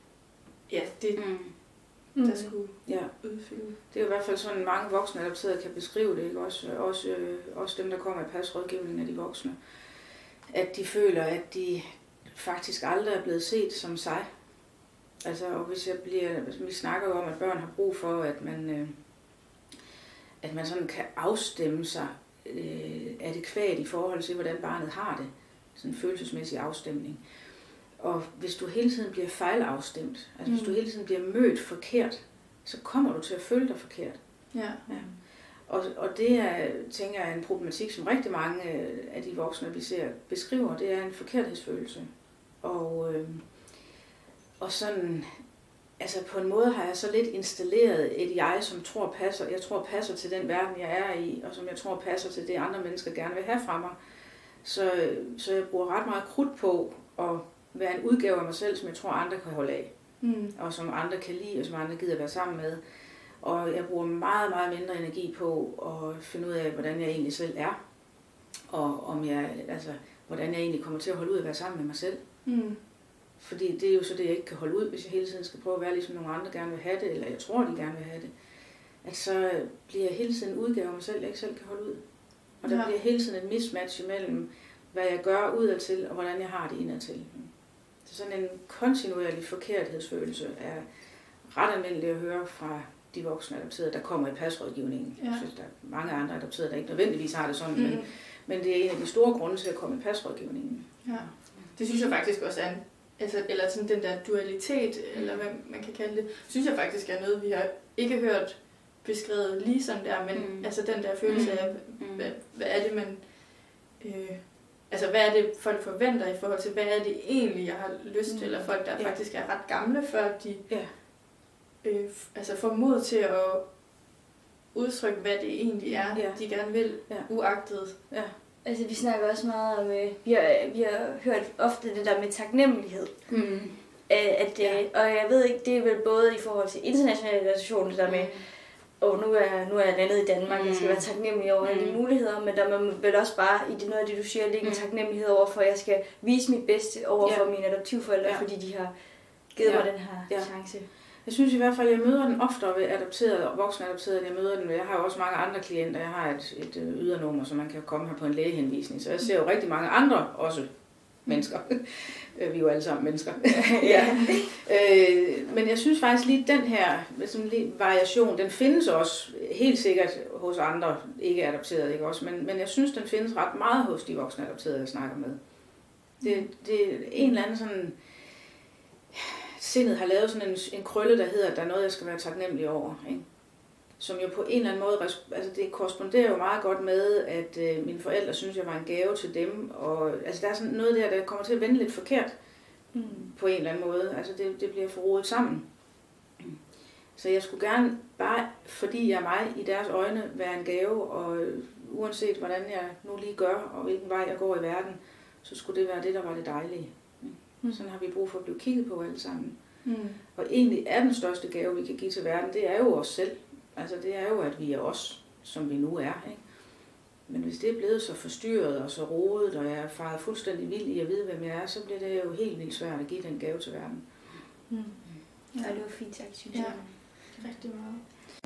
der skulle udfylde. Det er jo i hvert fald sådan, mange voksne adopterede kan beskrive det, ikke? Også dem, der kommer i pasrådgivningen af de voksne. At de føler, at de faktisk aldrig er blevet set som sig. Altså, og vi snakker jo om, at børn har brug for, at man sådan kan afstemme sig adekvat i forhold til, hvordan barnet har det. Sådan en følelsesmæssig afstemning. Og hvis du hele tiden bliver fejlafstemt, altså hvis du hele tiden bliver mødt forkert, så kommer du til at føle dig forkert. Ja. Og det er, tænker jeg, en problematik, som rigtig mange af de voksne, vi ser, beskriver. Det er en forkerthedsfølelse. Og sådan, altså på en måde har jeg så lidt installeret et jeg, som jeg tror passer til den verden, jeg er i, og som jeg tror passer til det, andre mennesker gerne vil have fra mig. Så jeg bruger ret meget krudt på at være en udgave af mig selv, som jeg tror, andre kan holde af. Og som andre kan lide, og som andre gider være sammen med. Og jeg bruger meget, meget mindre energi på at finde ud af, hvordan jeg egentlig selv er. Og hvordan jeg egentlig kommer til at holde ud at være sammen med mig selv. Fordi det er jo så det, jeg ikke kan holde ud, hvis jeg hele tiden skal prøve at være ligesom nogle andre gerne vil have det, eller jeg tror, de gerne vil have det. At så bliver jeg hele tiden en udgave af mig selv, jeg ikke selv kan holde ud. Og der bliver hele tiden et mismatch imellem, hvad jeg gør udadtil, og hvordan jeg har det indadtil. Så sådan en kontinuerlig forkerthedsfølelse er ret almindelig at høre fra de voksne adopterede, der kommer i pasrådgivningen. Jeg synes, der er mange andre adopterede, der ikke nødvendigvis har det sådan, men det er en af de store grunde til at komme i pasrådgivningen. Ja, det synes jeg faktisk også er eller sådan den der dualitet, eller hvad man kan kalde det, synes jeg faktisk er noget, vi har ikke hørt beskrevet lige som der, men altså den der følelse af, hvad er det, man... altså, hvad er det, folk forventer i forhold til, hvad er det egentlig, jeg har lyst til, eller folk, der faktisk er ret gamle, før de får mod til at udtrykke, hvad det egentlig er, de gerne vil, uagtet. Ja. Altså, vi snakker også meget om, vi har hørt ofte det der med taknemmelighed. Og jeg ved ikke, det er vel både i forhold til internationale relationer, det der med, nu er jeg landet i Danmark, jeg skal være taknemmelig over alle de muligheder, men der må vel også bare, i det noget af det, du siger, ligge en taknemmelighed over for, at jeg skal vise mit bedste over for mine adoptivforældre, fordi de har givet mig den her chance. Jeg synes i hvert fald, at jeg møder den oftere ved adopterede og voksne adopterede, end jeg møder den ved. Jeg har også mange andre klienter. Jeg har et ydernummer, så man kan komme her på en lægehenvisning. Så jeg ser jo rigtig mange andre også mennesker. Vi er jo alle sammen mennesker. Men jeg synes faktisk lige den her variation, den findes også helt sikkert hos andre ikke-adopterede, ikke også? Men jeg synes, den findes ret meget hos de voksne adopterede, jeg snakker med. Det er en eller anden sådan... Sindet har lavet sådan en krølle, der hedder, at der er noget, jeg skal være taknemmelig over. Ikke? Som jo på en eller anden måde, altså det korresponderer jo meget godt med, at mine forældre synes, jeg var en gave til dem. Og altså der er sådan noget der kommer til at vende lidt forkert på en eller anden måde. Altså det bliver forrodet sammen. Så jeg skulle gerne, bare fordi jeg er mig i deres øjne, være en gave, og uanset hvordan jeg nu lige gør, og hvilken vej jeg går i verden, så skulle det være det, der var det dejlige. Sådan har vi brug for at blive kigget på alle sammen. Og egentlig er den største gave, vi kan give til verden, det er jo os selv. Altså det er jo, at vi er os, som vi nu er. Ikke? Men hvis det er blevet så forstyrret og så rodet, og jeg er faret fuldstændig vild i at vide, hvem jeg er, så bliver det jo helt vildt svært at give den gave til verden. Ja, det var fint sagt, synes jeg. Rigtig meget.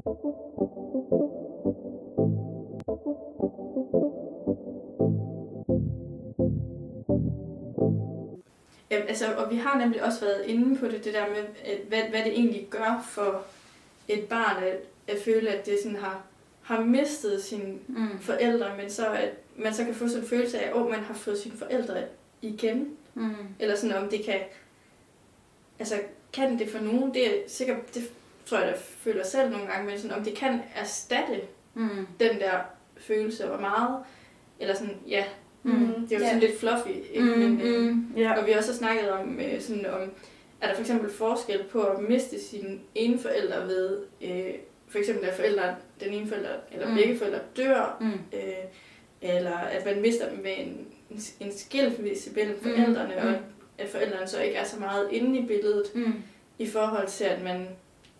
Og vi har nemlig også været inde på det der med, hvad det egentlig gør for et barn at føle, at det sådan har mistet sine forældre, men så at man så kan få sådan en følelse af, at man har fået sine forældre igen. Eller sådan, om det kan... Altså, kan det for nogen? Det er sikkert, det tror jeg, jeg føler selv nogle gange, men sådan, om det kan erstatte den der følelse, og hvor meget, eller sådan, ja, det er jo sådan lidt fluffy, ikke? Men, og vi også har snakket om, sådan om, er der for eksempel forskel på at miste sin ene forælder ved, for eksempel at den ene forælder, eller begge forældre dør, eller at man mister dem med en skilsmisse mellem forældrene, og at forældrene så ikke er så meget inde i billedet, i forhold til, at man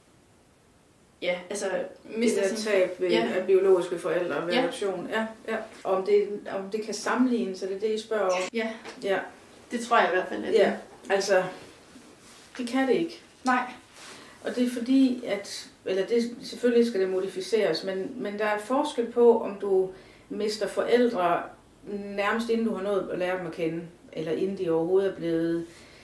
mister sin tab af biologiske forældre ved adoption. Ja. Om det kan sammenlignes, så det er det, I spørger om. Ja. Det tror jeg i hvert fald, at det. Altså, det kan det ikke. Nej. Og det er fordi, selvfølgelig skal det modificeres, men der er forskel på, om du mister forældre nærmest inden du har nået at lære dem at kende, eller inden de overhovedet er blevet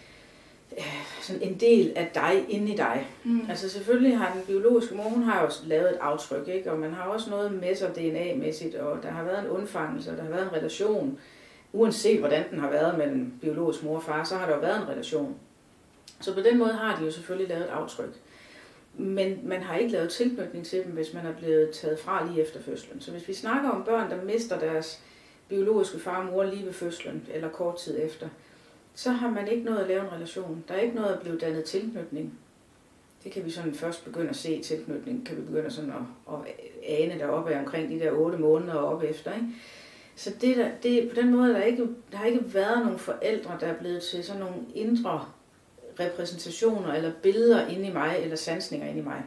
sådan en del af dig, inde i dig. Altså selvfølgelig har den biologiske mor, hun har jo lavet et aftryk, ikke? Og man har også noget med sig DNA-mæssigt, og der har været en undfangelse, og der har været en relation. Uanset hvordan den har været mellem biologisk mor og far, så har der jo været en relation. Så på den måde har de jo selvfølgelig lavet et aftryk. Men man har ikke lavet tilknytning til dem, hvis man er blevet taget fra lige efter fødslen. Så hvis vi snakker om børn, der mister deres biologiske far og mor lige ved fødslen, eller kort tid efter, så har man ikke noget at lave en relation. Der er ikke noget at blive dannet tilknytning. Det kan vi sådan først begynde at se tilknytning, kan vi begynde sådan at ane deroppe omkring de der 8 måneder og op efter, ikke? Så på den måde, der har ikke været nogen forældre, der er blevet til sådan nogle indre repræsentationer eller billeder inde i mig, eller sansninger inde i mig.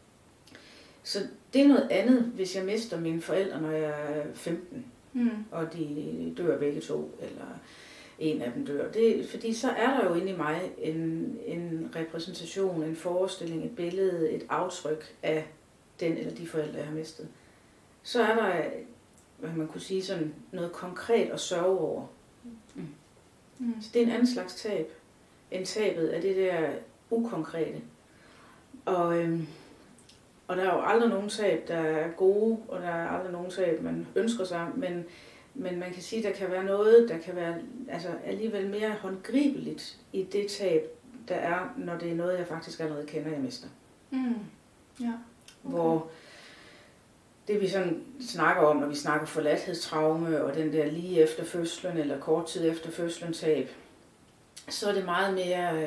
Så det er noget andet, hvis jeg mister mine forældre, når jeg er 15, og de dør begge to, eller en af dem dør. Fordi så er der jo inde i mig en repræsentation, en forestilling, et billede, et aftryk af den eller de forældre, jeg har mistet. Så er der, hvad man kunne sige, sådan noget konkret at sørge over. Så det er en anden slags tab, end tabet af det der ukonkrete. Og der er jo aldrig nogen tab, der er gode, og der er aldrig nogen tab, man ønsker sig, men man kan sige, at der kan være noget, der kan være alligevel mere håndgribeligt i det tab, der er, når det er noget, jeg faktisk allerede kender, jeg mister. Ja. Okay. Hvor det vi sådan snakker om, når vi snakker forladthedstraume, og den der lige efter fødslen, eller kort tid efter fødslen tab, så er det meget mere,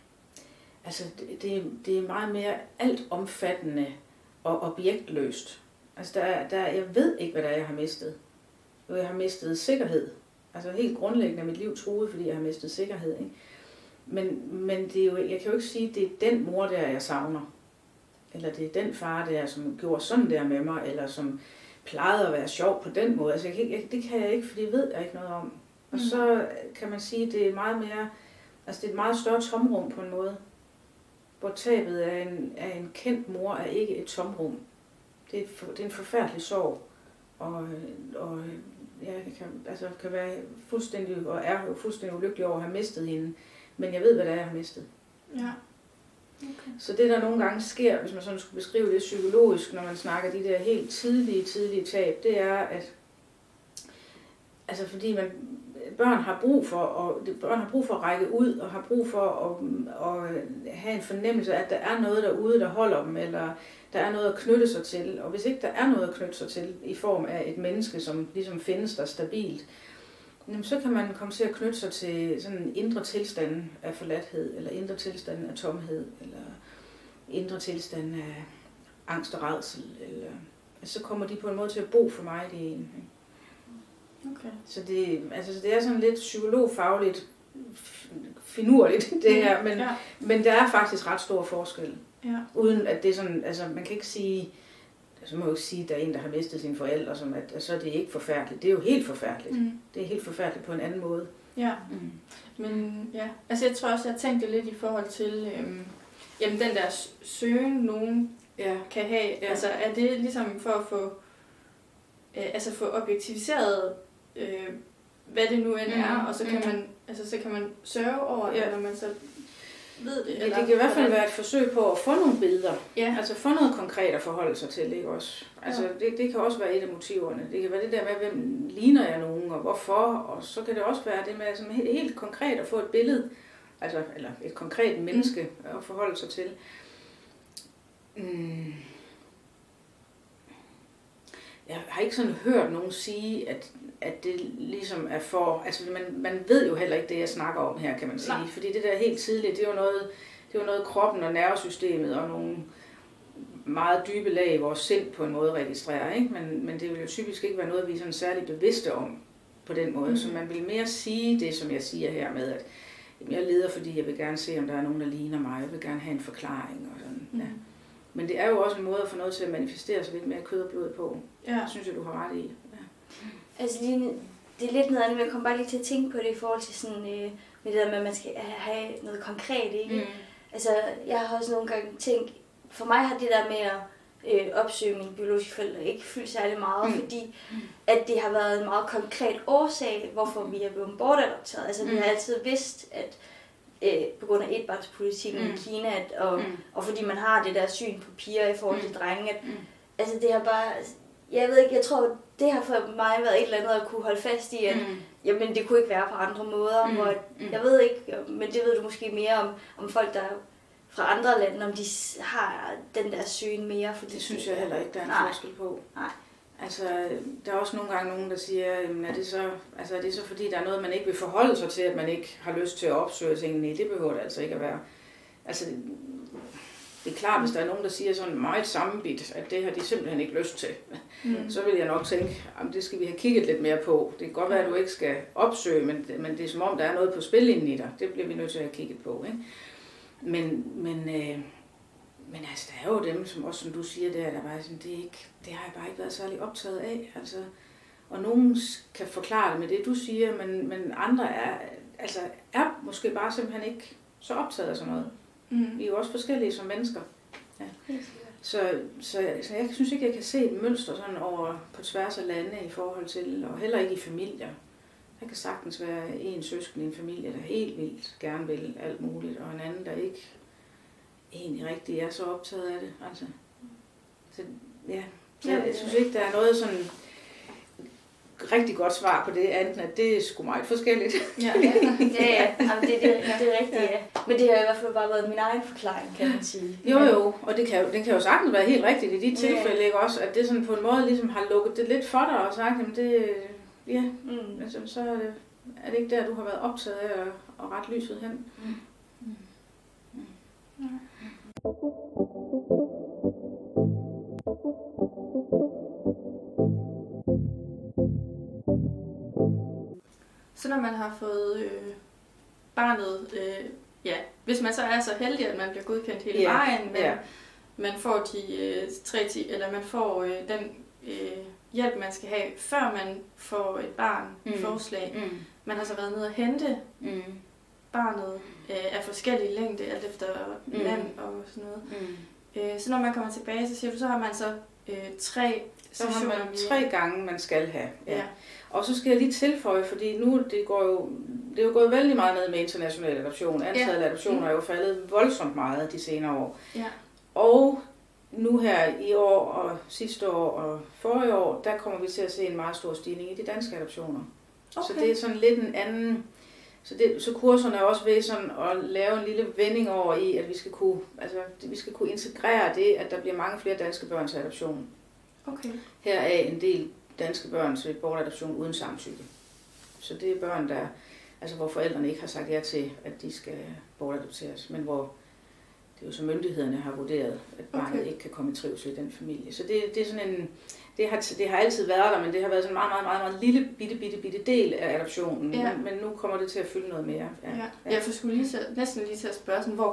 det er meget mere altomfattende og objektløst. Altså jeg ved ikke, hvad det er, jeg har mistet. Jeg har mistet sikkerhed. Altså helt grundlæggende er mit liv truet, fordi jeg har mistet sikkerhed. Ikke? Men det er jo, jeg kan jo ikke sige, at det er den mor der, jeg savner. Eller det er den far der, som gjorde sådan der med mig, eller som plejede at være sjov på den måde. Altså det kan jeg ikke, for det ved jeg ikke noget om. Og så kan man sige, at det er meget mere, altså det er et meget større tomrum på en måde. Hvor tabet af en kendt mor er ikke et tomrum. Det er en forfærdelig sorg. Og jeg kan være fuldstændig, og er jo fuldstændig ulykkelig over at have mistet hende. Men jeg ved, hvad det er, jeg har mistet. Ja. Okay. Så det, der nogle gange sker, hvis man sådan skulle beskrive det psykologisk, når man snakker de der helt tidlige tab, det er, at fordi børn har brug for at række ud, og har brug for at have en fornemmelse af, at der er noget derude, der holder dem, eller der er noget at knytte sig til. Og hvis ikke der er noget at knytte sig til i form af et menneske, som ligesom findes der stabilt, så kan man komme til at knytte sig til sådan en indre tilstand af forladthed, eller indre tilstand af tomhed, eller indre tilstand af angst og rædsel. Eller, så kommer de på en måde til at bo for mig, det ene. Okay. Så det er sådan lidt psykologfagligt finurligt, det her, men der er faktisk ret stor forskel. Ja. Uden at det er sådan, man kan ikke sige, så må jeg jo ikke sige, at der er en, der har mistet sine forældre, som at så er det ikke forfærdeligt. Det er jo helt forfærdeligt. Det er helt forfærdeligt på en anden måde. Ja, men ja, jeg tror også, jeg tænkte lidt i forhold til, den der søgen, nogen kan have. Ja. Altså er det ligesom for at få objektiviseret, hvad det nu end er, og så kan man sørge over det, når man så ved det. Ja, det kan i hvert fald være et forsøg på at få nogle billeder. Ja. Altså få noget konkret at forholde sig til, ikke også? Altså det kan også være et af motiverne. Det kan være det der med, hvem ligner jeg nogen, og hvorfor, og så kan det også være det med sådan helt konkret at få et billede, eller et konkret menneske at forholde sig til. jeg har ikke sådan hørt nogen sige, at det ligesom er for, altså man ved jo heller ikke det, jeg snakker om her, kan man sige. Nej. Fordi det der helt tidligt, det er jo noget kroppen og nervesystemet og nogle meget dybe lag i vores sind på en måde registrerer, ikke? Men det vil jo typisk ikke være noget, vi er sådan særligt bevidste om på den måde. Så man vil mere sige det, som jeg siger her med, at jeg leder, fordi jeg vil gerne se, om der er nogen, der ligner mig. Jeg vil gerne have en forklaring og sådan. Ja. Men det er jo også en måde at få noget til at manifestere sig lidt mere kød og blod på. Ja. Synes jeg, du har ret i. Ja. Altså det er lidt noget andet, men jeg kommer bare lige til at tænke på det i forhold til sådan, med det der med, at man skal have noget konkret, ikke? Altså, jeg har også nogle gange tænkt, for mig har det der med at opsøge mine biologiske forældre ikke fyldt særlig meget, fordi at det har været en meget konkret årsag, hvorfor vi er blevet bortadopteret. Altså, vi har altid vidst, at på grund af etbarnspolitikken i Kina, og fordi man har det der syn på piger i forhold til drenge, at altså, det har bare... Jeg ved ikke, jeg tror, det har for mig været et eller andet at kunne holde fast i, at jamen, det kunne ikke være på andre måder. Hvor, jeg ved ikke, men det ved du måske mere om folk, der fra andre lande, om de har den der syn mere. Fordi det synes jeg heller ikke, der er en forskel på. Nej. Altså, der er også nogle gange nogen, der siger, er det så fordi, der er noget, man ikke vil forholde sig til, at man ikke har lyst til at opsøge tingene? Nej, det behøver det altså ikke at være. Altså, det er klart, hvis der er nogen, der siger sådan meget sammenbidt, at det har de simpelthen ikke lyst til, så vil jeg nok tænke, at det skal vi have kigget lidt mere på. Det kan godt være, at du ikke skal opsøge, men det er som om, der er noget på spil inden i dig. Det bliver vi nødt til at have kigget på, ikke? Men altså, der er jo dem, som også, som du siger der bare sådan, det har jeg bare ikke været særlig optaget af. Altså, og nogen kan forklare det med det, du siger, men andre er måske bare simpelthen ikke så optaget af sådan noget. Vi er jo også forskellige som mennesker. Ja. Så jeg synes ikke, jeg kan se et mønster sådan over på tværs af lande i forhold til, og heller ikke i familier. Der kan sagtens være en søsken i en familie, der helt vildt gerne vil alt muligt, og en anden, der ikke egentlig rigtig er så optaget af det. Altså. Så jeg synes ikke, der er noget sådan rigtig godt svar på det, andet at det er sgu meget forskelligt. Ja. Jamen, det er rigtigt, ja. Men det har i hvert fald bare været min egen forklaring, kan man sige. Jo, og det kan jo sagtens være helt rigtigt i de tilfælde, ikke også, at det sådan på en måde ligesom har lukket det lidt for dig og sagt, jamen det, altså, så er det ikke der, du har været optaget af at rette lyset hen. Så når man har fået barnet, hvis man så er så heldig, at man bliver godkendt hele vejen, men man får eller man får den hjælp, man skal have, før man får et barn i forslag. Man har så været nede og hente barnet af forskellige længde, alt efter land og sådan noget. Så når man kommer tilbage, så siger du, så har man så 3 så har man 3 gange, man skal have. Ja. Og så skal jeg lige tilføje, fordi nu det er jo gået vældig meget ned med international adoption. Antallet af adoptioner er jo faldet voldsomt meget de senere år. Ja. Og nu her i år og sidste år og forrige år, der kommer vi til at se en meget stor stigning i de danske adoptioner. Okay. Så det er sådan lidt en anden... Så kurserne er også ved sådan at lave en lille vending over i, at vi skal kunne integrere det, at der bliver mange flere danske børn til adoption. Okay. Her er en del danske børn til bortadoption uden samtykke. Så det er børn, hvor forældrene ikke har sagt ja til, at de skal bortadopteres, men hvor det er jo så myndighederne har vurderet, at barnet ikke kan komme i trivsel i den familie. Så det er sådan en... Det har altid været der, men det har været sådan en meget, meget, meget lille bitte del af adoptionen. Men nu kommer det til at fylde noget mere. Jeg skulle næsten lige til at spørge, sådan, hvor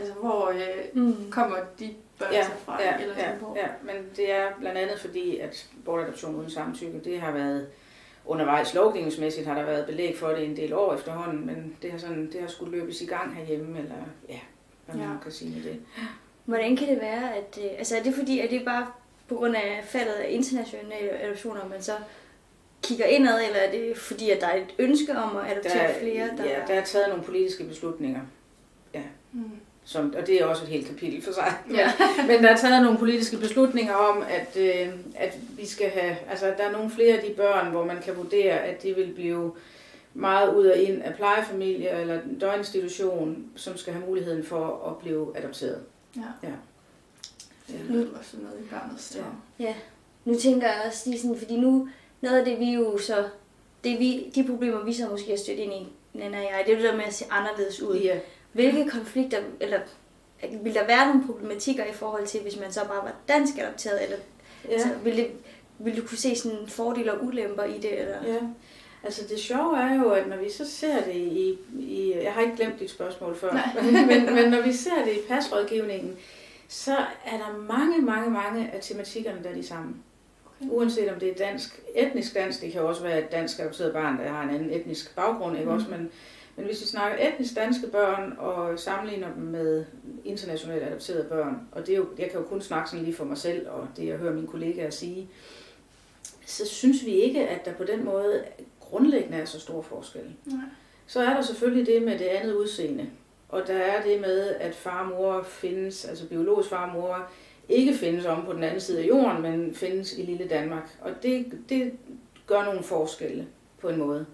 kommer de børn sig fra? Men det er blandt andet fordi, at bortadoption uden samtykke, det har været undervejs lovgivningsmæssigt, har der været belæg for det en del år efterhånden, men det har skulle løbes i gang herhjemme, eller hvad man kan sige med det. Hvordan kan det være, at er det fordi, at det bare på grund af faldet af internationale adoptioner, man så kigger indad, eller er det fordi, at der er et ønske om at adoptere flere? Der er taget nogle politiske beslutninger. Ja. Og det er også et helt kapitel for sig. Ja. Men der er taget nogle politiske beslutninger om, at vi skal have... Altså, der er nogle flere af de børn, hvor man kan vurdere, at de vil blive meget ud og ind af plejefamilie eller døgninstitution, som skal have muligheden for at blive adopteret. Ja. Det lyder også noget i barnets Ja. nu tænker jeg også lige sådan, fordi nu, noget af det vi jo så, de problemer vi så måske har stødt ind i, Nana og jeg, det er det der med at se anderledes ud. Ja. Hvilke konflikter, eller vil der være nogle problematikker i forhold til, hvis man så bare var dansk adopteret, eller altså, vil du kunne se sådan fordele og ulemper i det? Eller? Ja, altså det sjove er jo, at når vi så ser det i jeg har ikke glemt dit spørgsmål før, men når vi ser det i pasrådgivningen, så er der mange af tematikkerne, der er de samme. Okay. Uanset om det er dansk, etnisk dansk, det kan også være et dansk adopteret barn, der har en anden etnisk baggrund, ikke også, men hvis vi snakker etnisk danske børn og sammenligner dem med internationalt adopterede børn, og det er jo, jeg kan jo kun snakke sådan lige for mig selv, og det jeg hører mine kollegaer sige, så synes vi ikke, at der på den måde grundlæggende er så stor forskel. Nej. Så er der selvfølgelig det med det andet udseende, og der er det med, at far og mor findes, altså biologisk far og mor, ikke findes om på den anden side af jorden, men findes i lille Danmark. Og det gør nogle forskelle på en måde.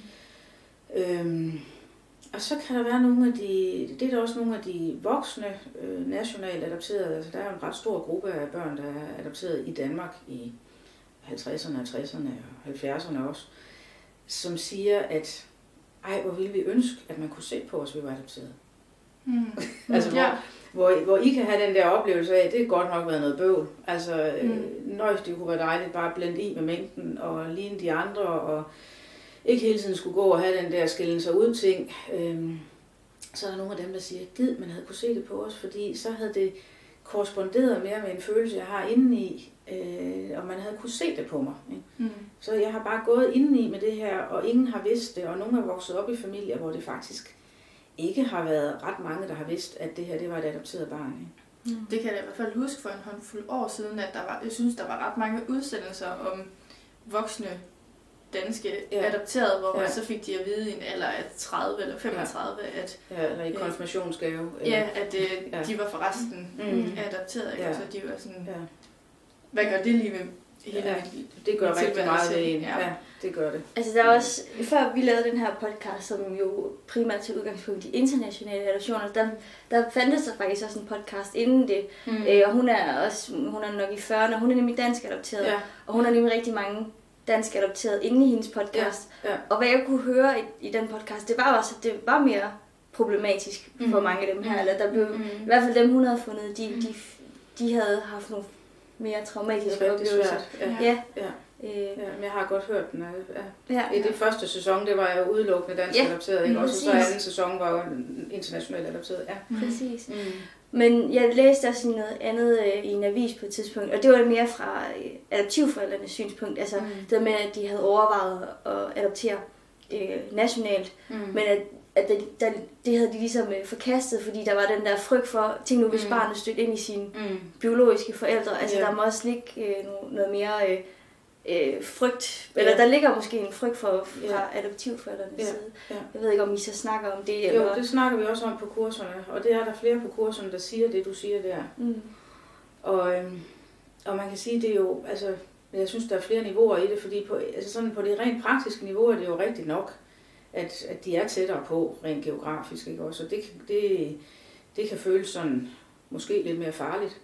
Og så kan der være nogle af det er der også nogle af de voksne nationalt adopterede, altså der er en ret stor gruppe af børn, der er adopteret i Danmark i 50'erne, 60'erne og 70'erne også, som siger, at hvor ville vi ønske, at man kunne se på os, vi var adopteret. Altså, hvor I kan have den der oplevelse af, at det har godt nok været noget bøvl. Altså, det kunne være dejligt bare at blende i med mængden og ligne de andre, og ikke hele tiden skulle gå og have den der skillen sig ud ting. Så er der nogle af dem, der siger, gid, man havde kunne se det på os, fordi så havde det korresponderet mere med en følelse, jeg har indeni, og man havde kunne se det på mig. Ikke? Så jeg har bare gået indeni med det her, og ingen har vidst det, og nogen har vokset op i familier, hvor det faktisk ikke har været ret mange, der har vidst, at det her det var et adopteret barn. Ikke? Det kan jeg i hvert fald huske for en håndfuld år siden, at jeg synes, der var ret mange udsendelser om voksne danske adopterede, hvor så fik de at vide i en alder af 30 eller 35, at eller i konfirmationsgave. At de var forresten adopteret, ikke? Så de var sådan, hvad gør det lige med hele det gør rigtig meget ved en. Ja, det gør det. Altså der er også, før vi lavede den her podcast, som jo primært til udgangspunkt i internationale adoptioner, der fandtes der faktisk også en podcast inden det, og hun er nok i 40'erne, hun er nemlig dansk adopteret, og hun har nemlig rigtig mange dansk adopteret inde i hendes podcast. Og hvad jeg kunne høre i den podcast, det var også, at det var mere problematisk for mange af dem her, eller der blev, i hvert fald dem hun havde fundet, de havde haft nogle mere traumatiske oplevelser. Men jeg har godt hørt den. I det første sæson, det var jo udelukkende dansk adopteret, ikke? Også så anden sæson var jo internationalt adopteret. Præcis. Men jeg læste også noget andet i en avis på et tidspunkt, og det var mere fra adoptivforældrenes synspunkt, altså det med, at de havde overvejet at adoptere nationalt, men at det havde de ligesom forkastet, fordi der var den der frygt for, tænk nu, hvis barnet stødte ind i sine biologiske forældre, altså der må også ligge noget mere frygt, eller der ligger måske en frygt fra adoptivforældrenes side. Jeg ved ikke, om I så snakker om det, eller? Jo, det snakker vi også om på kurserne, og det er der flere på kurserne, der siger det, du siger der. Og man kan sige, det er jo, altså, jeg synes, der er flere niveauer i det, fordi på det rent praktiske niveau er det jo rigtigt nok, at de er tættere på, rent geografisk, ikke også? Og det kan føles sådan, måske lidt mere farligt.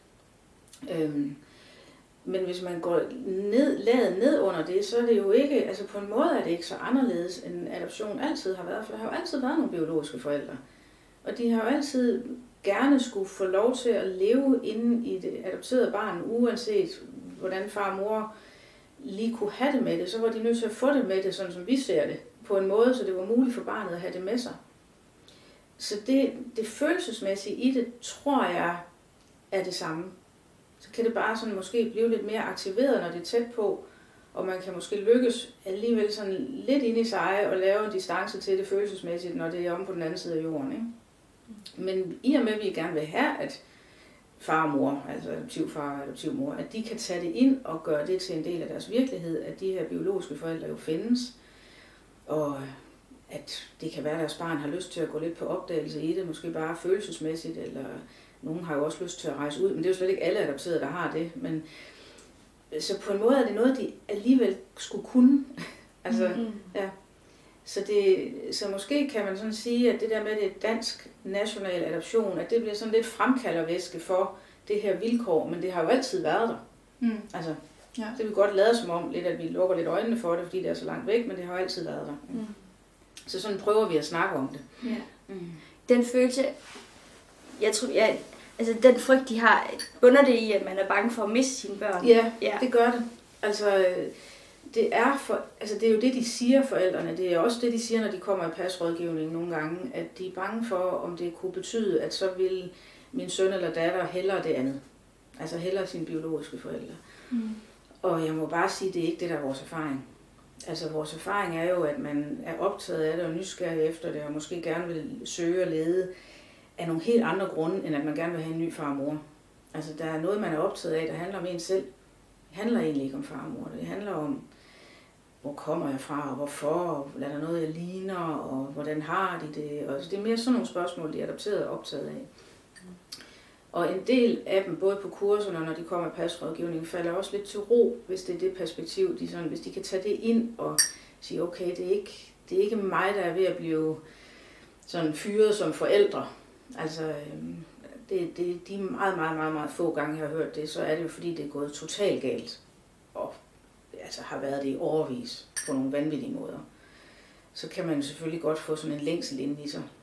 Men hvis man går ladet ned under det, så er det jo ikke, altså på en måde er det ikke så anderledes, end adoption altid har været, for der har jo altid været nogle biologiske forældre. Og de har jo altid gerne skulle få lov til at leve inde i det adopterede barn, uanset hvordan far og mor lige kunne have det med det, så var de nødt til at få det med det, sådan som vi ser det, på en måde, så det var muligt for barnet at have det med sig. Så det følelsesmæssige i det, tror jeg, er det samme. Så kan det bare sådan måske blive lidt mere aktiveret, når det er tæt på, og man kan måske lykkes alligevel sådan lidt ind i sig og lave en distance til det følelsesmæssigt, når det er om på den anden side af jorden. Ikke? Men i og med, at vi gerne vil have, at far og mor, altså adoptivfar og adoptivmor, at de kan tage det ind og gøre det til en del af deres virkelighed, at de her biologiske forældre jo findes, og at det kan være, at deres barn har lyst til at gå lidt på opdagelse i det, måske bare følelsesmæssigt, eller nogen har jo også lyst til at rejse ud, men det er jo slet ikke alle adopterede, der har det. Men, så på en måde er det noget, de alligevel skulle kunne. Altså, Så måske kan man sådan sige, at det der med det dansk national adoption, at det bliver sådan lidt fremkaldervæske for det her vilkår, men det har jo altid været der. Altså, Ja. Det vil godt lade som om, lidt, at vi lukker lidt øjnene for det, fordi det er så langt væk, men det har altid været der. Mm. Så sådan prøver vi at snakke om det. Ja. Mm. Den følelse, jeg tror, altså den frygt, de har, bunder det i, at man er bange for at miste sine børn? Ja, det gør det. Altså, det er jo det, de siger, forældrene. Det er også det, de siger, når de kommer i pasrådgivning nogle gange, at de er bange for, om det kunne betyde, at så vil min søn eller datter hellere det andet. Altså hellere sine biologiske forældre. Mm. Og jeg må bare sige, at det er ikke det, der er vores erfaring. Altså vores erfaring er jo, at man er optaget af det og nysgerrig efter det, og måske gerne vil søge og lede af nogle helt andre grunde, end at man gerne vil have en ny far og mor. Altså der er noget, man er optaget af, der handler om en selv. Det handler egentlig ikke om far og mor. Det handler om, hvor kommer jeg fra, og hvorfor, og er der noget, jeg ligner, og hvordan har de det. Og det er mere sådan nogle spørgsmål, de er adopteret og optaget af. Og en del af dem, både på kurserne og når de kommer i pasrådgivning, falder også lidt til ro, hvis det er det perspektiv, hvis de kan tage det ind og sige, okay, det er ikke mig, der er ved at blive sådan fyret som forældre. Altså, de meget, meget, meget, meget få gange, jeg har hørt det, så er det jo fordi, det er gået totalt galt. Og altså har været det i årevis på nogle vanvittige måder. Så kan man jo selvfølgelig godt få sådan en længsel ind i sig.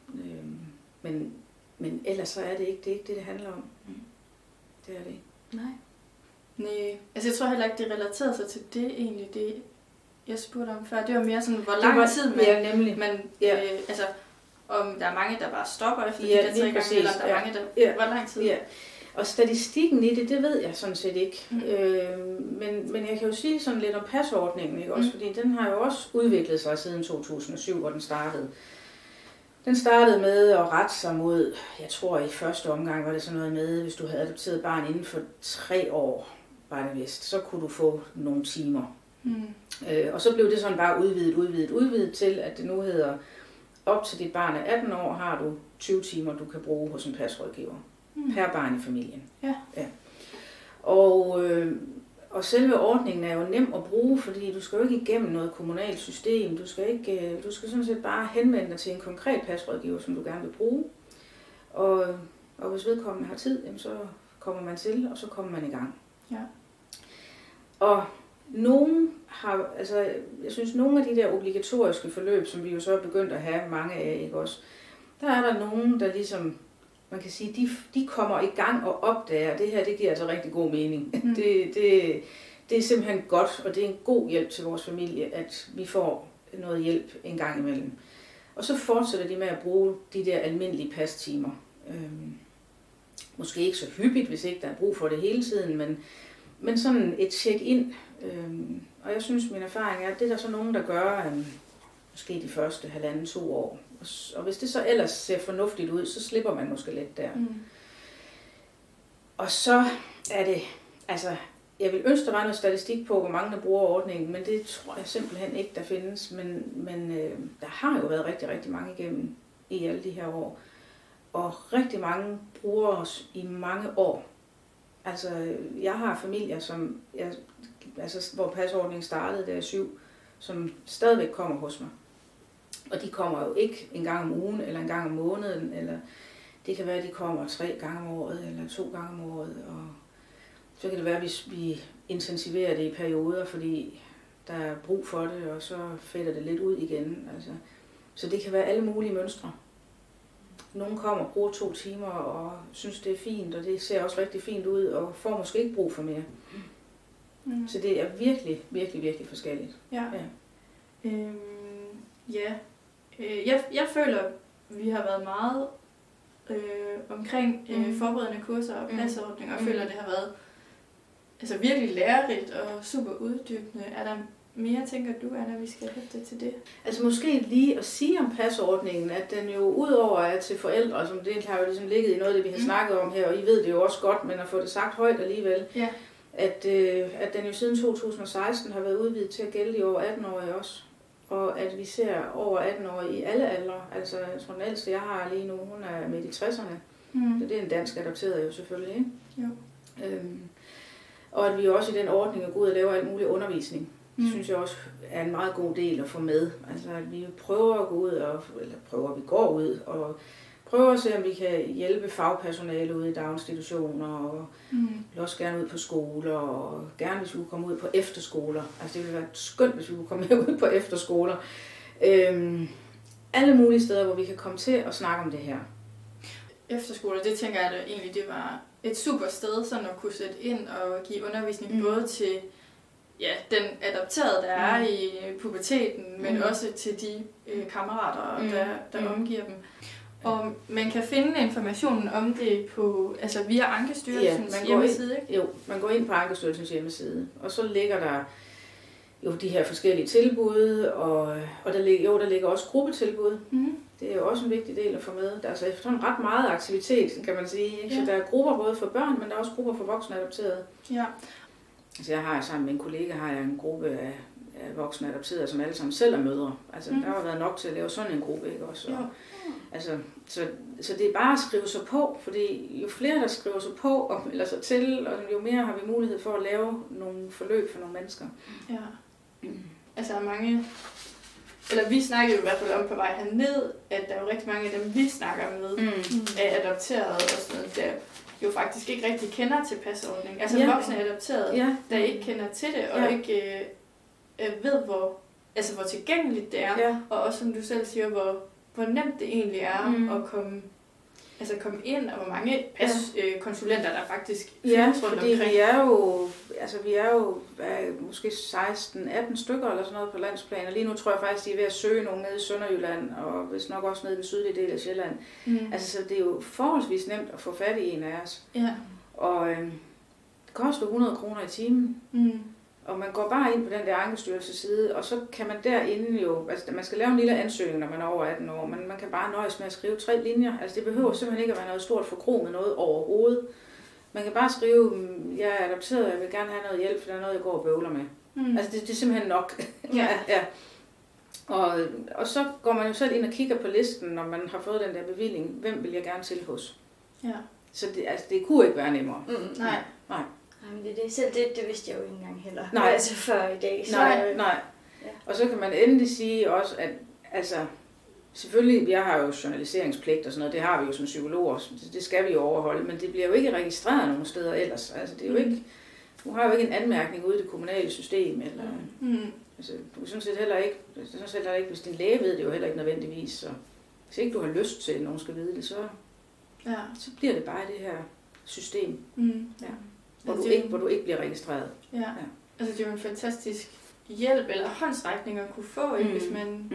Men ellers så er det ikke det handler om. Det er det ikke. Nej. Altså jeg tror heller ikke, det relaterer sig til det egentlig, det jeg spurgte om før. Det var mere sådan, hvor lang tid man altså om der er mange, der bare stopper efter de der 3 gange, eller om der er mange, der hvor lang tid. Ja. Og statistikken i det ved jeg sådan set ikke. Men jeg kan jo sige sådan lidt om pasordningen, ikke også? Fordi den har jo også udviklet sig siden 2007, hvor den startede. Den startede med at rette sig mod, jeg tror i første omgang var det sådan noget med, hvis du havde adopteret barn inden for 3 år, var det vist, så kunne du få nogle timer. Og så blev det sådan bare udvidet til, at det nu hedder, op til dit barn er 18 år, har du 20 timer, du kan bruge hos en pasrådgiver. Per barn i familien. Ja. Og selve ordningen er jo nem at bruge, fordi du skal jo ikke igennem noget kommunalt system. Du skal sådan set bare henvende dig til en konkret pasrådgiver, som du gerne vil bruge. Og hvis vedkommende har tid, så kommer man til, og så kommer man i gang. Ja. Og jeg synes, nogle af de der obligatoriske forløb, som vi jo så er begyndt at have mange af, ikke også, der er der nogen, der ligesom, man kan sige, de kommer i gang og opdager, det her, det giver altså rigtig god mening. Det er simpelthen godt, og det er en god hjælp til vores familie, at vi får noget hjælp en gang imellem. Og så fortsætter de med at bruge de der almindelige pastimer. Måske ikke så hyppigt, hvis ikke der er brug for det hele tiden, men sådan et check-in. Og jeg synes, min erfaring er, at det er der så nogen, der gør måske de første 1,5-2 år. Og hvis det så ellers ser fornuftigt ud, så slipper man måske lidt der. Og så er det, altså, jeg vil ønske, der var noget statistik på, hvor mange der bruger ordningen, men det tror jeg simpelthen ikke, der findes. Men der har jo været rigtig, rigtig mange igennem i alle de her år. Og rigtig mange bruger os i mange år. Altså, jeg har familier, hvor pasordningen startede, da jeg 7, som stadigvæk kommer hos mig. Og de kommer jo ikke en gang om ugen, eller en gang om måneden, eller det kan være, at de kommer 3 gange om året, eller 2 gange om året. Og så kan det være, at vi intensiverer det i perioder, fordi der er brug for det, og så fælder det lidt ud igen. Altså, så det kan være alle mulige mønstre. Nogle kommer og bruger 2 timer, og synes, det er fint, og det ser også rigtig fint ud, og får måske ikke brug for mere. Så det er virkelig, virkelig, virkelig forskelligt. Jeg føler, vi har været meget omkring forberedende kurser og pasordninger, og føler, det har været virkelig lærerigt og super uddybende. Er der mere, tænker du, Anna, vi skal hæfte til det? Altså måske lige at sige om pasordningen, at den jo udover er til forældre, som det har jo ligesom ligget i noget af det, vi har snakket om her, og I ved det jo også godt, men at få det sagt højt alligevel, at den jo siden 2016 har været udvidet til at gælde i over 18-årige også. Og at vi ser over 18-årige i alle aldre. Altså, jeg tror, den ældste, jeg har lige nu, hun er midt i 60'erne. Så det er en dansk adopteret jo selvfølgelig, ikke? Jo. Og at vi også i den ordning går ud og laver alt mulig undervisning. Det synes jeg også er en meget god del at få med. Altså, at vi prøver at gå ud, vi går ud og prøver at se, om vi kan hjælpe fagpersonale ude i daginstitutioner, og vil også gerne ud på skoler, og gerne hvis vi kunne komme ud på efterskoler. Altså det ville være skønt, hvis vi kunne komme ud på efterskoler. Alle mulige steder, hvor vi kan komme til at snakke om det her. Efterskoler, det tænker jeg da egentlig, det var et super sted sådan at kunne sætte ind og give undervisning både til den adopterede, der er i puberteten, men også til de kammerater, der omgiver dem. Og man kan finde informationen om det på, altså via Ankestyrelsens hjemmeside, ikke? Jo, man går ind på Ankestyrelsens hjemmeside, og så ligger der jo de her forskellige tilbud, og der ligger også gruppetilbud. Det er jo også en vigtig del at få med. Der er altså efterhånden ret meget aktivitet, kan man sige. Ikke? Så der er grupper både for børn, men der er også grupper for voksne adopterede. Ja. Altså jeg har sammen med en kollega en gruppe af voksne adopterede, som alle sammen selv er mødre. Altså der har været nok til at lave sådan en gruppe, ikke også? Og, altså, så det er bare at skrive sig på, fordi jo flere der skriver sig på og melder sig til, og jo mere har vi mulighed for at lave nogle forløb for nogle mennesker. Ja. Altså mange, eller vi snakkede jo i hvert fald om på vej herned, at der er jo rigtig mange af dem, vi snakker med, er adopterede og sådan noget, der jo faktisk ikke rigtig kender til pasordning. Altså voksne adopterede, der ikke kender til det, og ikke ved, hvor tilgængeligt det er, og også som du selv siger, hvor nemt det egentlig er at komme ind, og hvor mange paskonsulenter der faktisk findes rundt omkring. vi er jo måske 16-18 stykker eller sådan noget på landsplan, og lige nu tror jeg faktisk, de er ved at søge nogen nede i Sønderjylland, og hvis nok også nede i den sydlige del af Sjælland. Altså, så det er jo forholdsvis nemt at få fat i en af os. Ja. Og det koster 100 kroner i timen. Og man går bare ind på den der Ankestyrelsesside, og så kan man derinde jo, altså man skal lave en lille ansøgning, når man er over 18 år, men man kan bare nøjes med at skrive 3 linjer. Altså det behøver simpelthen ikke at være noget stort forkro med noget overhovedet. Man kan bare skrive, jeg er adopteret, og jeg vil gerne have noget hjælp, for der er noget, jeg går og bøvler med. Altså det er simpelthen nok. Ja. Og så går man jo selv ind og kigger på listen, når man har fået den der bevilling, hvem vil jeg gerne til hos. Ja. Så det kunne ikke være nemmere. Nej. Men det selv det vidste jeg jo ikke engang heller. Nej. Altså før i dag. Så Nej. Ja. Og så kan man endelig sige også, at altså, selvfølgelig, jeg har jo journaliseringspligt og sådan noget, det har vi jo som psykologer, det skal vi jo overholde, men det bliver jo ikke registreret nogen steder ellers. Altså, det er jo ikke, du har jo ikke en anmærkning ude i det kommunale system, eller, altså, du synes heller ikke, hvis din læge ved det jo heller ikke nødvendigvis, så hvis ikke du har lyst til, at nogen skal vide det, så bliver det bare det her system. Hvor du ikke bliver registreret. Ja. Altså det er jo en fantastisk hjælp eller håndsrækning at kunne få, hvis man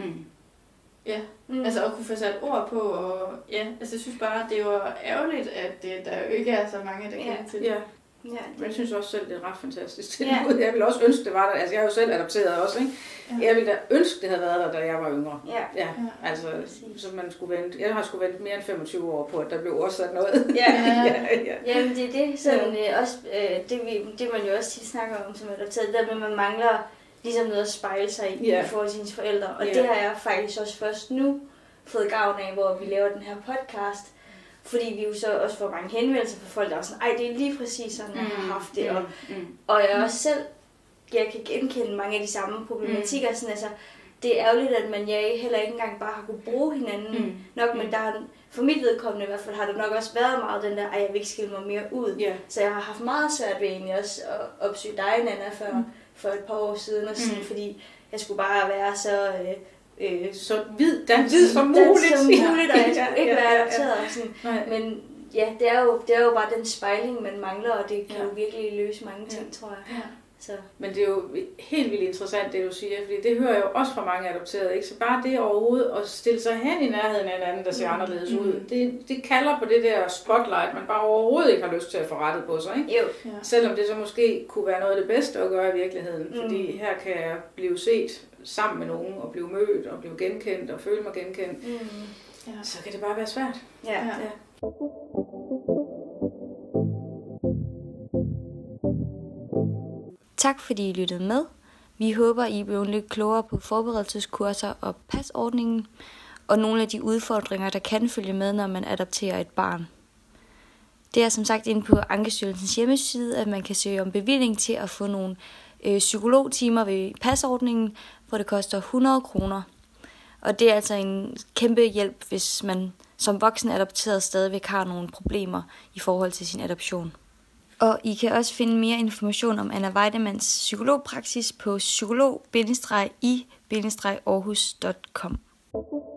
altså at kunne få sat ord på, og altså jeg synes bare, det er jo ærgerligt, at der jo ikke er så mange, der kender til det. Ja, men jeg synes også selv, det er ret fantastisk tilbud. Jeg vil også ønske, det var der. Altså, jeg er jo selv adopteret også, ikke? Jeg ville da ønske, det havde været der, da jeg var yngre. Altså, så man skulle vente. Jeg har sgu ventet mere end 25 år på, at der blev oversat noget. Jamen, det er det. Sådan, også, det man jo også tit snakker om som adopteret, der med, at man mangler ligesom noget at spejle sig i forhold til sine forældre. Og det har jeg faktisk også først nu fået gavn af, hvor vi laver den her podcast. Fordi vi jo så også får mange henvendelser fra folk, der er sådan, ej, det er lige præcis sådan, jeg har haft det. Og jeg også selv, jeg kan genkende mange af de samme problematikker. Sådan, altså, det er ærgerligt, at man heller ikke engang bare har kunne bruge hinanden nok, men der har, for mit vedkommende i hvert fald, har det nok også været meget den der, ej, jeg vil ikke skille mig mere ud. Så jeg har haft meget svært ved egentlig også at opsøge dig, Nanna, for et par år siden, og sådan, fordi jeg skulle bare være så danset som muligt, og jeg skulle ikke være adopteret. Men det er jo bare den spejling, man mangler, og det kan jo virkelig løse mange ting, tror jeg. Så. Men det er jo helt vildt interessant, det du siger, fordi det hører jeg jo også fra mange adopterede, ikke? Så bare det overhovedet at stille sig hen i nærheden af en anden, der ser anderledes ud, det kalder på det der spotlight, man bare overhovedet ikke har lyst til at få rettet på sig, ikke? Jo. Selvom det så måske kunne være noget af det bedste at gøre i virkeligheden, fordi her kan jeg blive set sammen med nogen, og blive mødt, og blive genkendt, og føle mig genkendt. Så kan det bare være svært. Ja. Tak fordi I lyttede med. Vi håber, I blev lidt klogere på forberedelseskurser og pasordningen, og nogle af de udfordringer, der kan følge med, når man adopterer et barn. Det er som sagt inde på Ankestyrelsens hjemmeside, at man kan søge om bevilling til at få nogle psykologtimer ved pasordningen, hvor det koster 100 kroner. Og det er altså en kæmpe hjælp, hvis man som voksen adopteret stadigvæk har nogle problemer i forhold til sin adoption. Og I kan også finde mere information om Anna Weidemanns psykologpraksis på psykolog-i-aarhus.com.